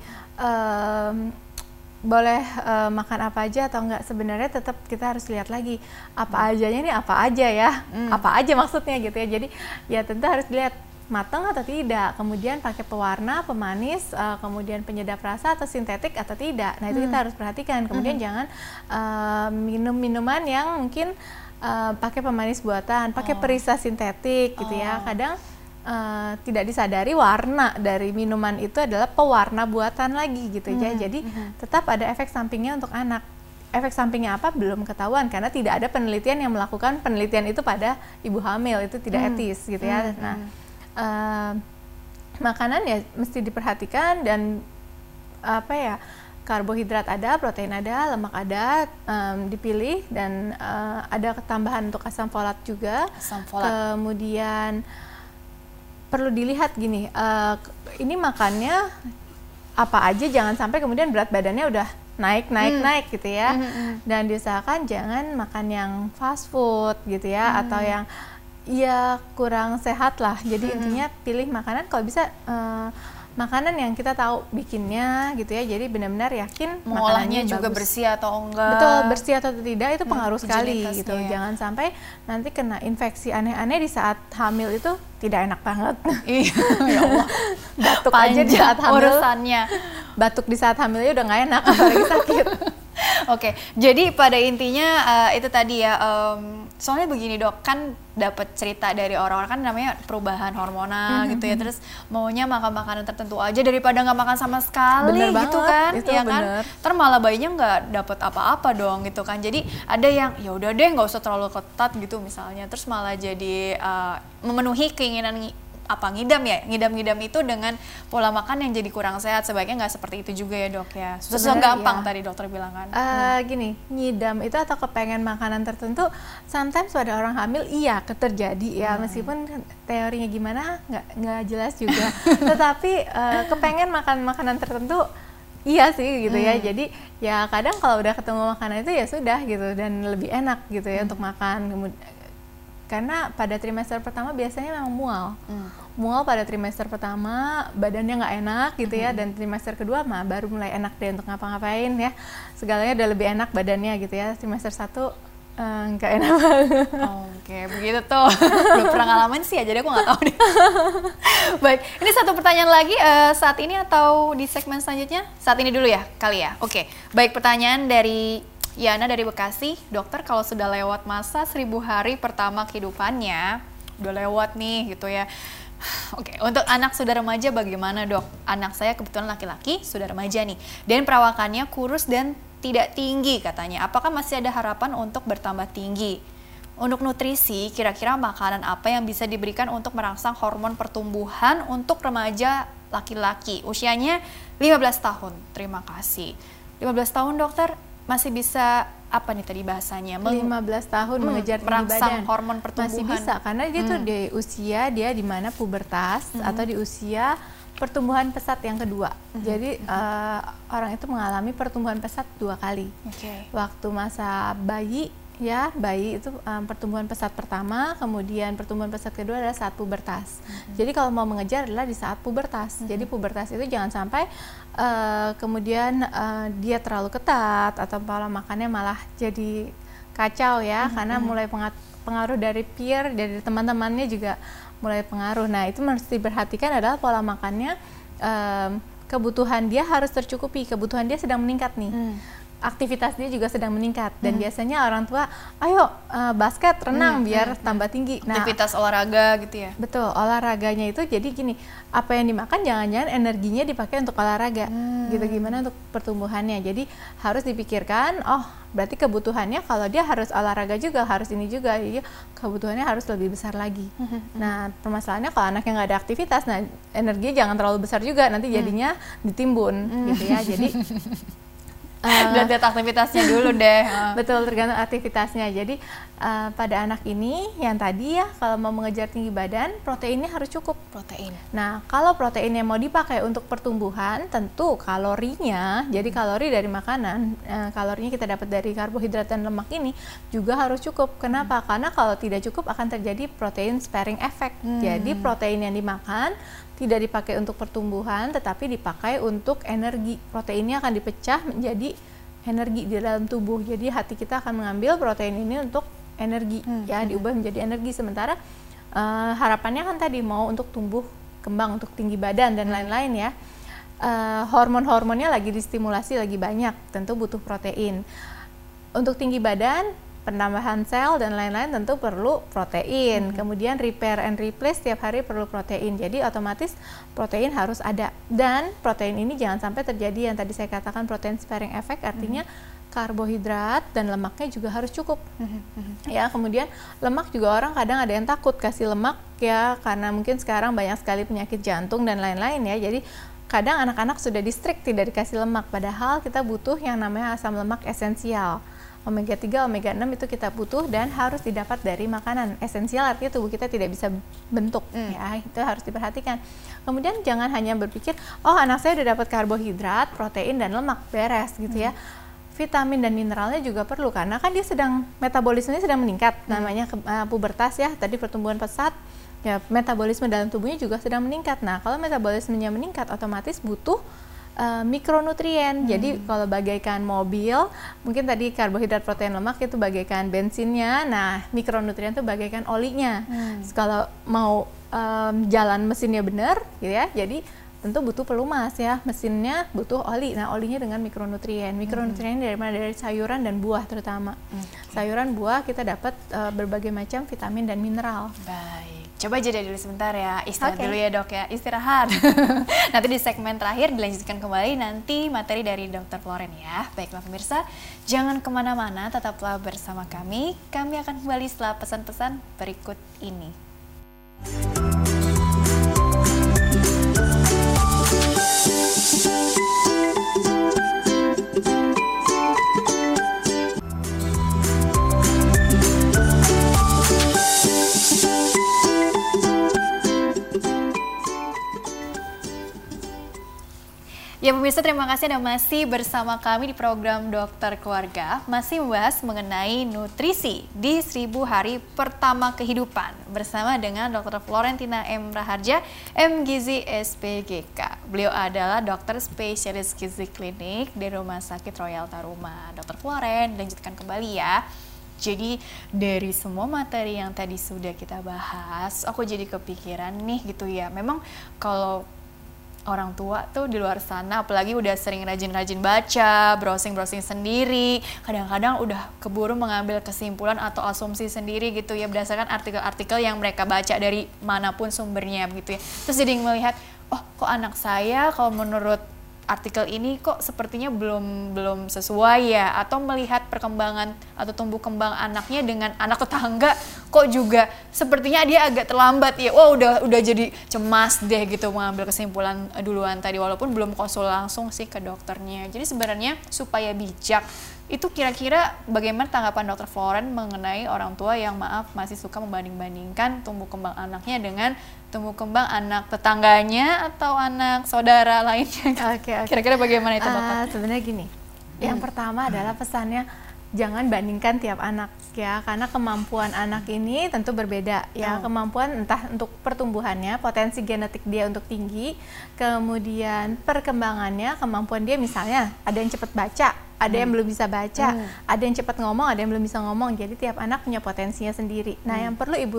um, boleh uh, makan apa aja atau enggak, sebenarnya tetap kita harus lihat lagi apa hmm. ajanya nih, apa aja ya, hmm. apa aja maksudnya gitu ya. Jadi ya tentu harus dilihat matang atau tidak, kemudian pakai pewarna, pemanis, uh, kemudian penyedap rasa atau sintetik atau tidak. Nah itu hmm. kita harus perhatikan. Kemudian hmm. jangan uh, minum minuman yang mungkin uh, pakai pemanis buatan, pakai oh. perisa sintetik gitu oh. ya. Kadang uh, tidak disadari warna dari minuman itu adalah pewarna buatan lagi gitu hmm. ya. Jadi hmm. tetap ada efek sampingnya untuk anak. Efek sampingnya apa belum ketahuan karena tidak ada penelitian yang melakukan penelitian itu pada ibu hamil, itu tidak hmm. etis gitu ya. Hmm. Nah, uh, makanan ya mesti diperhatikan dan apa ya, karbohidrat ada, protein ada, lemak ada, um, dipilih dan uh, ada tambahan untuk asam folat juga. Asam folat. Kemudian perlu dilihat gini, uh, ini makannya apa aja, jangan sampai kemudian berat badannya udah naik naik hmm. naik gitu ya. Hmm, hmm. Dan diusahakan jangan makan yang fast food gitu ya, hmm. atau yang ya kurang sehat lah. Jadi hmm. intinya pilih makanan kalau bisa uh, makanan yang kita tahu bikinnya gitu ya. Jadi benar-benar yakin mengolahnya juga bagus. Bersih atau enggak. Betul, bersih atau tidak itu pengaruh hmm, sekali gitu. Ya. Jangan sampai nanti kena infeksi aneh-aneh di saat hamil, itu tidak enak banget. Iya, ya Allah. Batuk aja di saat hamil. Urusannya. Batuk di saat hamilnya udah nggak enak, apalagi sakit. Oke, jadi pada intinya uh, itu tadi ya. Um, soalnya begini dok, kan dapat cerita dari orang-orang kan namanya perubahan hormonal mm-hmm. gitu ya. Terus maunya makan makanan tertentu aja daripada nggak makan sama sekali. Bener gitu banget, kan, itu ya bener. kan. Ntar malah bayinya nggak dapat apa-apa dong gitu kan. Jadi ada yang ya udah deh nggak usah terlalu ketat gitu misalnya. Terus malah jadi uh, memenuhi keinginan apa ngidam ya, ngidam-ngidam itu dengan pola makan yang jadi kurang sehat. Sebaiknya nggak seperti itu juga ya dok ya. Susah gampang ya. Tadi dokter bilang kan. Uh, hmm. Gini, ngidam itu atau kepengen makanan tertentu, sometimes pada orang hamil iya terjadi ya, hmm. meskipun teorinya gimana nggak nggak jelas juga. Tetapi uh, kepengen makan makanan tertentu iya sih gitu hmm. ya. Jadi ya kadang kalau udah ketemu makanan itu ya sudah gitu, dan lebih enak gitu ya hmm. untuk makan. Kemudian karena pada trimester pertama biasanya memang mual, hmm. mual pada trimester pertama, badannya nggak enak gitu ya, hmm. dan trimester kedua mah baru mulai enak deh untuk ngapa-ngapain ya, segalanya udah lebih enak badannya gitu ya. Trimester satu nggak uh, enak banget. Oh, Oke, okay. begitu tuh. Belum pernah ngalamin sih ya, jadi aku nggak tahu deh. Baik, ini satu pertanyaan lagi uh, saat ini atau di segmen selanjutnya? Saat ini dulu ya, kali ya. Oke, okay. Baik, pertanyaan dari Yana dari Bekasi. Dokter, kalau sudah lewat masa seribu hari pertama kehidupannya, udah lewat nih gitu ya. Oke, untuk anak sudah remaja bagaimana dok? Anak saya kebetulan laki-laki, sudah remaja nih. Dan perawakannya kurus dan tidak tinggi katanya. Apakah masih ada harapan untuk bertambah tinggi? Untuk nutrisi, kira-kira makanan apa yang bisa diberikan untuk merangsang hormon pertumbuhan untuk remaja laki-laki? Usianya lima belas tahun. Terima kasih. lima belas tahun dokter. Masih bisa apa nih tadi bahasanya? Meng- lima belas tahun hmm, mengejar tinggi badan. Hormon pertumbuhan. Masih bisa karena dia hmm. tuh di usia dia di mana pubertas hmm. atau di usia pertumbuhan pesat yang kedua. Hmm. Jadi hmm. Uh, orang itu mengalami pertumbuhan pesat dua kali. Okay. Waktu masa bayi ya, bayi itu um, pertumbuhan pesat pertama, kemudian pertumbuhan pesat kedua adalah saat pubertas. Mm-hmm. Jadi kalau mau mengejar adalah di saat pubertas. Mm-hmm. Jadi pubertas itu jangan sampai uh, kemudian uh, dia terlalu ketat atau pola makannya malah jadi kacau ya, mm-hmm. karena mulai pengaruh dari peer, dari teman-temannya juga mulai pengaruh. Nah itu mesti diperhatikan adalah pola makannya, um, kebutuhan dia harus tercukupi, kebutuhan dia sedang meningkat nih. Mm. Aktivitas dia juga sedang meningkat dan hmm. biasanya orang tua, ayo uh, basket, renang hmm. biar hmm. tambah tinggi. Nah, aktivitas olahraga gitu ya? Betul, olahraganya itu jadi gini, apa yang dimakan jangan-jangan energinya dipakai untuk olahraga, hmm. gitu, gimana untuk pertumbuhannya. Jadi harus dipikirkan, oh berarti kebutuhannya kalau dia harus olahraga juga, harus ini juga, jadi kebutuhannya harus lebih besar lagi. Hmm. Nah permasalahannya kalau anaknya nggak ada aktivitas, nah energinya jangan terlalu besar juga, nanti jadinya hmm. ditimbun, hmm. gitu ya. Jadi Uh, lihat aktivitasnya dulu deh. Betul, tergantung aktivitasnya. Jadi uh, pada anak ini yang tadi ya, kalau mau mengejar tinggi badan, proteinnya harus cukup. Protein. Nah, kalau proteinnya mau dipakai untuk pertumbuhan, tentu kalorinya, jadi kalori dari makanan, uh, kalorinya kita dapat dari karbohidrat dan lemak ini juga harus cukup. Kenapa? Hmm. Karena kalau tidak cukup akan terjadi protein sparing effect. Hmm. Jadi protein yang dimakan tidak dipakai untuk pertumbuhan, tetapi dipakai untuk energi. Proteinnya akan dipecah menjadi energi di dalam tubuh. Jadi hati kita akan mengambil protein ini untuk energi, hmm. ya diubah menjadi energi. Sementara uh, harapannya kan tadi mau untuk tumbuh kembang, untuk tinggi badan dan lain-lain ya. Uh, hormon-hormonnya lagi distimulasi, lagi banyak, tentu butuh protein. Untuk tinggi badan, penambahan sel dan lain-lain tentu perlu protein. Hmm. Kemudian repair and replace setiap hari perlu protein. Jadi otomatis protein harus ada. Dan protein ini jangan sampai terjadi yang tadi saya katakan protein sparing effect, artinya hmm. karbohidrat dan lemaknya juga harus cukup. Mm-hmm. Ya, kemudian lemak juga orang kadang ada yang takut kasih lemak ya, karena mungkin sekarang banyak sekali penyakit jantung dan lain-lain ya. Jadi kadang anak-anak sudah di-strict tidak dikasih lemak, padahal kita butuh yang namanya asam lemak esensial. omega tiga, omega enam itu kita butuh dan harus didapat dari makanan. Esensial artinya tubuh kita tidak bisa bentuk, mm. ya, itu harus diperhatikan. Kemudian jangan hanya berpikir, oh anak saya udah dapat karbohidrat, protein dan lemak, beres gitu mm. ya. Vitamin dan mineralnya juga perlu, karena kan dia sedang, metabolismenya sedang meningkat, hmm. namanya uh, pubertas ya, tadi pertumbuhan pesat, ya metabolisme dalam tubuhnya juga sedang meningkat. Nah kalau metabolismenya meningkat, otomatis butuh uh, mikronutrien. Hmm. Jadi kalau bagaikan mobil, mungkin tadi karbohidrat, protein, lemak itu bagaikan bensinnya, nah mikronutrien itu bagaikan olinya. Hmm. Kalau mau um, jalan mesinnya benar, gitu ya, jadi tentu butuh pelumas ya, mesinnya butuh oli. Nah, olinya dengan mikronutrien. Mikronutrien hmm. dari mana? Dari sayuran dan buah terutama. Hmm. Sayuran, buah kita dapat uh, berbagai macam vitamin dan mineral. Baik. Coba jeda dulu sebentar ya, istirahat okay. dulu ya dok ya, istirahat. Nanti di segmen terakhir dilanjutkan kembali nanti materi dari dokter Floren ya. Baiklah pemirsa, jangan kemana-mana, tetaplah bersama kami. Kami akan kembali setelah pesan-pesan berikut ini. Ya pemirsa, terima kasih Anda masih bersama kami di program Dokter Keluarga, masih membahas mengenai nutrisi di seribu hari pertama kehidupan bersama dengan Dokter Florentina M. Raharja, M. Gizi S P G K. Beliau adalah dokter spesialis gizi klinik di Rumah Sakit Royal Taruma. Dokter Floren, lanjutkan kembali ya. Jadi dari semua materi yang tadi sudah kita bahas, aku jadi kepikiran nih gitu ya. Memang kalau orang tua tuh di luar sana, apalagi udah sering rajin-rajin baca, browsing-browsing sendiri, kadang-kadang udah keburu mengambil kesimpulan atau asumsi sendiri gitu ya, berdasarkan artikel-artikel yang mereka baca dari manapun sumbernya gitu ya. Terus jadi melihat, oh kok anak saya kalau menurut artikel ini kok sepertinya belum belum sesuai ya, atau melihat perkembangan atau tumbuh kembang anaknya dengan anak tetangga kok juga sepertinya dia agak terlambat ya. Wah, udah udah jadi cemas deh gitu mengambil kesimpulan duluan tadi, walaupun belum konsul langsung sih ke dokternya. Jadi sebenarnya supaya bijak, itu kira-kira bagaimana tanggapan dokter Floren mengenai orang tua yang maaf masih suka membanding-bandingkan tumbuh kembang anaknya dengan tumbuh kembang anak tetangganya atau anak saudara lainnya? Oke, okay, okay. Kira-kira bagaimana itu Bapak? Uh, sebenarnya gini, hmm. yang pertama adalah pesannya jangan bandingkan tiap anak ya, karena kemampuan anak ini tentu berbeda ya, oh. kemampuan entah untuk pertumbuhannya, potensi genetik dia untuk tinggi, kemudian perkembangannya, kemampuan dia misalnya ada yang cepat baca, ada hmm. yang belum bisa baca, hmm. ada yang cepat ngomong, ada yang belum bisa ngomong, jadi tiap anak punya potensinya sendiri. Nah, hmm. yang perlu ibu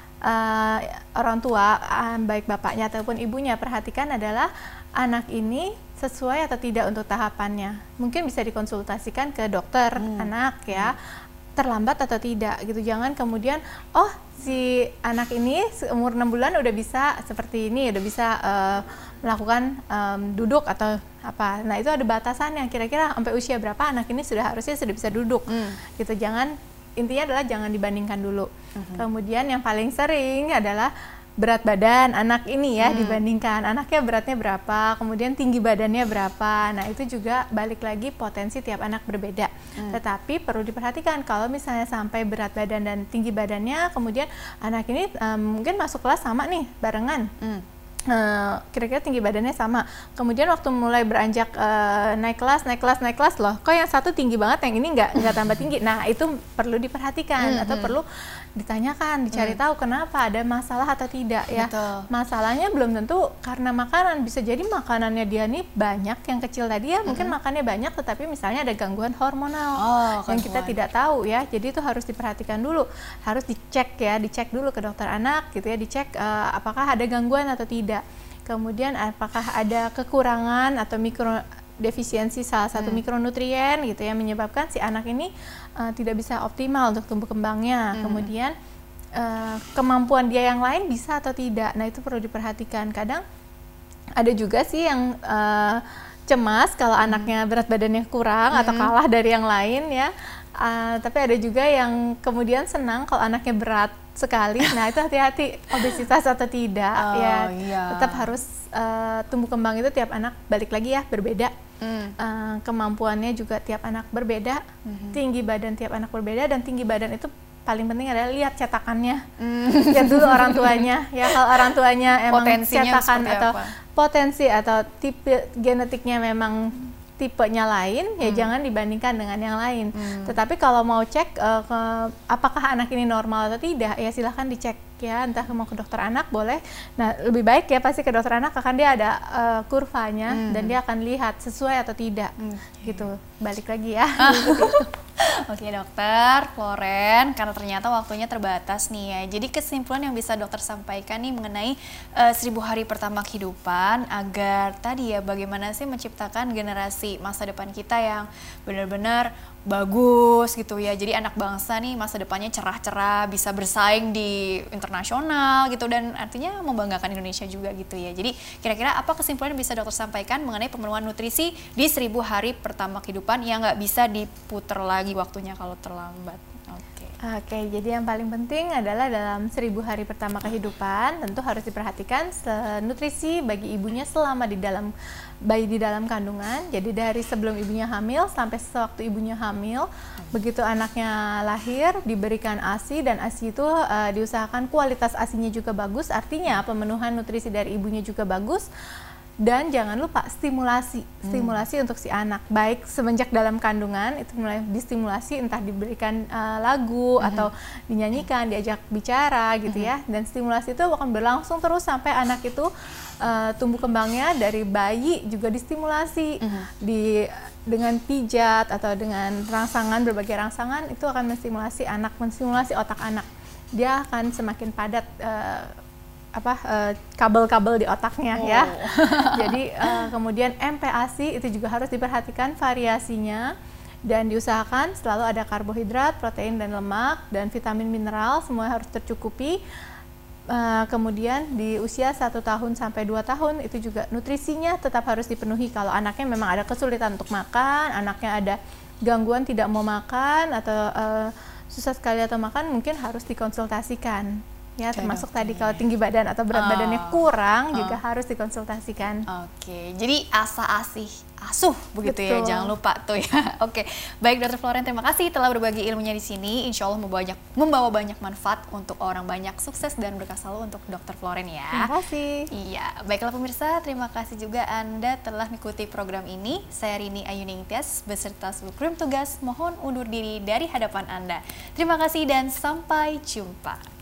uh, orang tua, uh, baik bapaknya ataupun ibunya perhatikan adalah anak ini sesuai atau tidak untuk tahapannya. Mungkin bisa dikonsultasikan ke dokter hmm. anak ya, terlambat atau tidak gitu. Jangan kemudian, oh si anak ini umur enam bulan udah bisa seperti ini, udah bisa uh, melakukan um, duduk atau apa. Nah itu ada batasannya, kira-kira sampai usia berapa anak ini sudah harusnya sudah bisa duduk hmm. gitu. Jangan, intinya adalah jangan dibandingkan dulu. Hmm. Kemudian yang paling sering adalah berat badan anak ini ya, hmm. dibandingkan anaknya beratnya berapa, kemudian tinggi badannya berapa. Nah itu juga balik lagi potensi tiap anak berbeda. Hmm. Tetapi perlu diperhatikan kalau misalnya sampai berat badan dan tinggi badannya, kemudian anak ini um, mungkin masuk kelas sama nih barengan. Hmm. Uh, kira-kira tinggi badannya sama, kemudian waktu mulai beranjak uh, naik kelas, naik kelas, naik kelas loh, kok yang satu tinggi banget, yang ini nggak nggak tambah tinggi. Nah itu perlu diperhatikan, mm-hmm. atau perlu ditanyakan, dicari hmm. tahu kenapa ada masalah atau tidak ya. Betul. Masalahnya belum tentu karena makanan, bisa jadi makanannya dia nih banyak, yang kecil tadi ya hmm. mungkin makannya banyak tetapi misalnya ada gangguan hormonal oh, yang kita tidak tahu ya. Jadi itu harus diperhatikan dulu, harus dicek ya, dicek dulu ke dokter anak gitu ya, dicek uh, apakah ada gangguan atau tidak. Kemudian apakah ada kekurangan atau mikro defisiensi salah satu hmm. mikronutrien gitu ya, menyebabkan si anak ini uh, tidak bisa optimal untuk tumbuh kembangnya. Hmm. Kemudian uh, kemampuan dia yang lain bisa atau tidak. Nah itu perlu diperhatikan. Kadang ada juga sih yang uh, cemas kalau hmm. anaknya berat badannya kurang hmm. atau kalah dari yang lain ya. Uh, tapi ada juga yang kemudian senang kalau anaknya berat sekali. Nah itu hati-hati obesitas atau tidak oh, ya. Iya. Tetap harus uh, tumbuh kembang itu tiap anak balik lagi ya berbeda. Mm. Uh, kemampuannya juga tiap anak berbeda, mm-hmm. tinggi badan tiap anak berbeda, dan tinggi badan itu paling penting adalah lihat cetakannya, mm. lihat dulu orang tuanya ya. Kalau orang tuanya emang potensinya cetakan atau apa? Potensi atau tipe genetiknya memang tipenya lain, ya hmm. jangan dibandingkan dengan yang lain. Hmm. Tetapi kalau mau cek uh, ke, apakah anak ini normal atau tidak, ya silahkan dicek ya, entah mau ke dokter anak boleh. Nah lebih baik ya pasti ke dokter anak, akan dia ada uh, kurvanya hmm. dan dia akan lihat sesuai atau tidak, hmm. gitu. Balik lagi ya. Oke dokter Floren, karena ternyata waktunya terbatas nih ya. Jadi kesimpulan yang bisa dokter sampaikan nih mengenai uh, seribu hari pertama kehidupan, agar tadi ya bagaimana sih menciptakan generasi masa depan kita yang benar-benar bagus gitu ya. Jadi anak bangsa nih masa depannya cerah-cerah, bisa bersaing di internasional gitu, dan artinya membanggakan Indonesia juga gitu ya. Jadi kira-kira apa kesimpulan yang bisa dokter sampaikan mengenai pemenuhan nutrisi di seribu hari pertama kehidupan yang nggak bisa diputer lagi waktunya kalau terlambat? Oke. Oke, jadi yang paling penting adalah dalam seribu hari pertama kehidupan tentu harus diperhatikan nutrisi bagi ibunya selama di dalam bayi di dalam kandungan. Jadi dari sebelum ibunya hamil sampai sewaktu ibunya hamil, hmm. begitu anaknya lahir diberikan ASI, dan ASI itu uh, diusahakan kualitas ASINya juga bagus, artinya pemenuhan nutrisi dari ibunya juga bagus. Dan jangan lupa stimulasi, stimulasi hmm. untuk si anak, baik semenjak dalam kandungan itu mulai distimulasi, entah diberikan uh, lagu hmm. atau dinyanyikan, diajak bicara gitu hmm. ya. Dan stimulasi itu akan berlangsung terus sampai anak itu uh, tumbuh kembangnya, dari bayi juga distimulasi, hmm. di dengan pijat atau dengan rangsangan, berbagai rangsangan itu akan menstimulasi anak, menstimulasi otak anak. Dia akan semakin padat uh, apa uh, kabel-kabel di otaknya oh. ya. Jadi uh, kemudian M P A S I itu juga harus diperhatikan variasinya, dan diusahakan selalu ada karbohidrat, protein dan lemak, dan vitamin mineral semua harus tercukupi. Uh, kemudian di usia satu tahun sampai dua tahun itu juga nutrisinya tetap harus dipenuhi. Kalau anaknya memang ada kesulitan untuk makan, anaknya ada gangguan tidak mau makan atau uh, susah sekali atau makan, mungkin harus dikonsultasikan. Ya, termasuk okay. tadi kalau tinggi badan atau berat oh. badannya kurang oh. juga harus dikonsultasikan. Oke, okay. Jadi asa asih asuh begitu Betul. Ya, jangan lupa tuh ya. Oke, okay. Baik dokter Floren, terima kasih telah berbagi ilmunya di sini. Insya Allah membawa banyak, membawa banyak manfaat untuk orang banyak, sukses dan berkah selalu untuk dokter Floren ya. Terima kasih. Iya, baiklah pemirsa, terima kasih juga Anda telah mengikuti program ini. Saya Rini Ayuning Tias beserta seluruh kru tugas mohon undur diri dari hadapan Anda. Terima kasih dan sampai jumpa.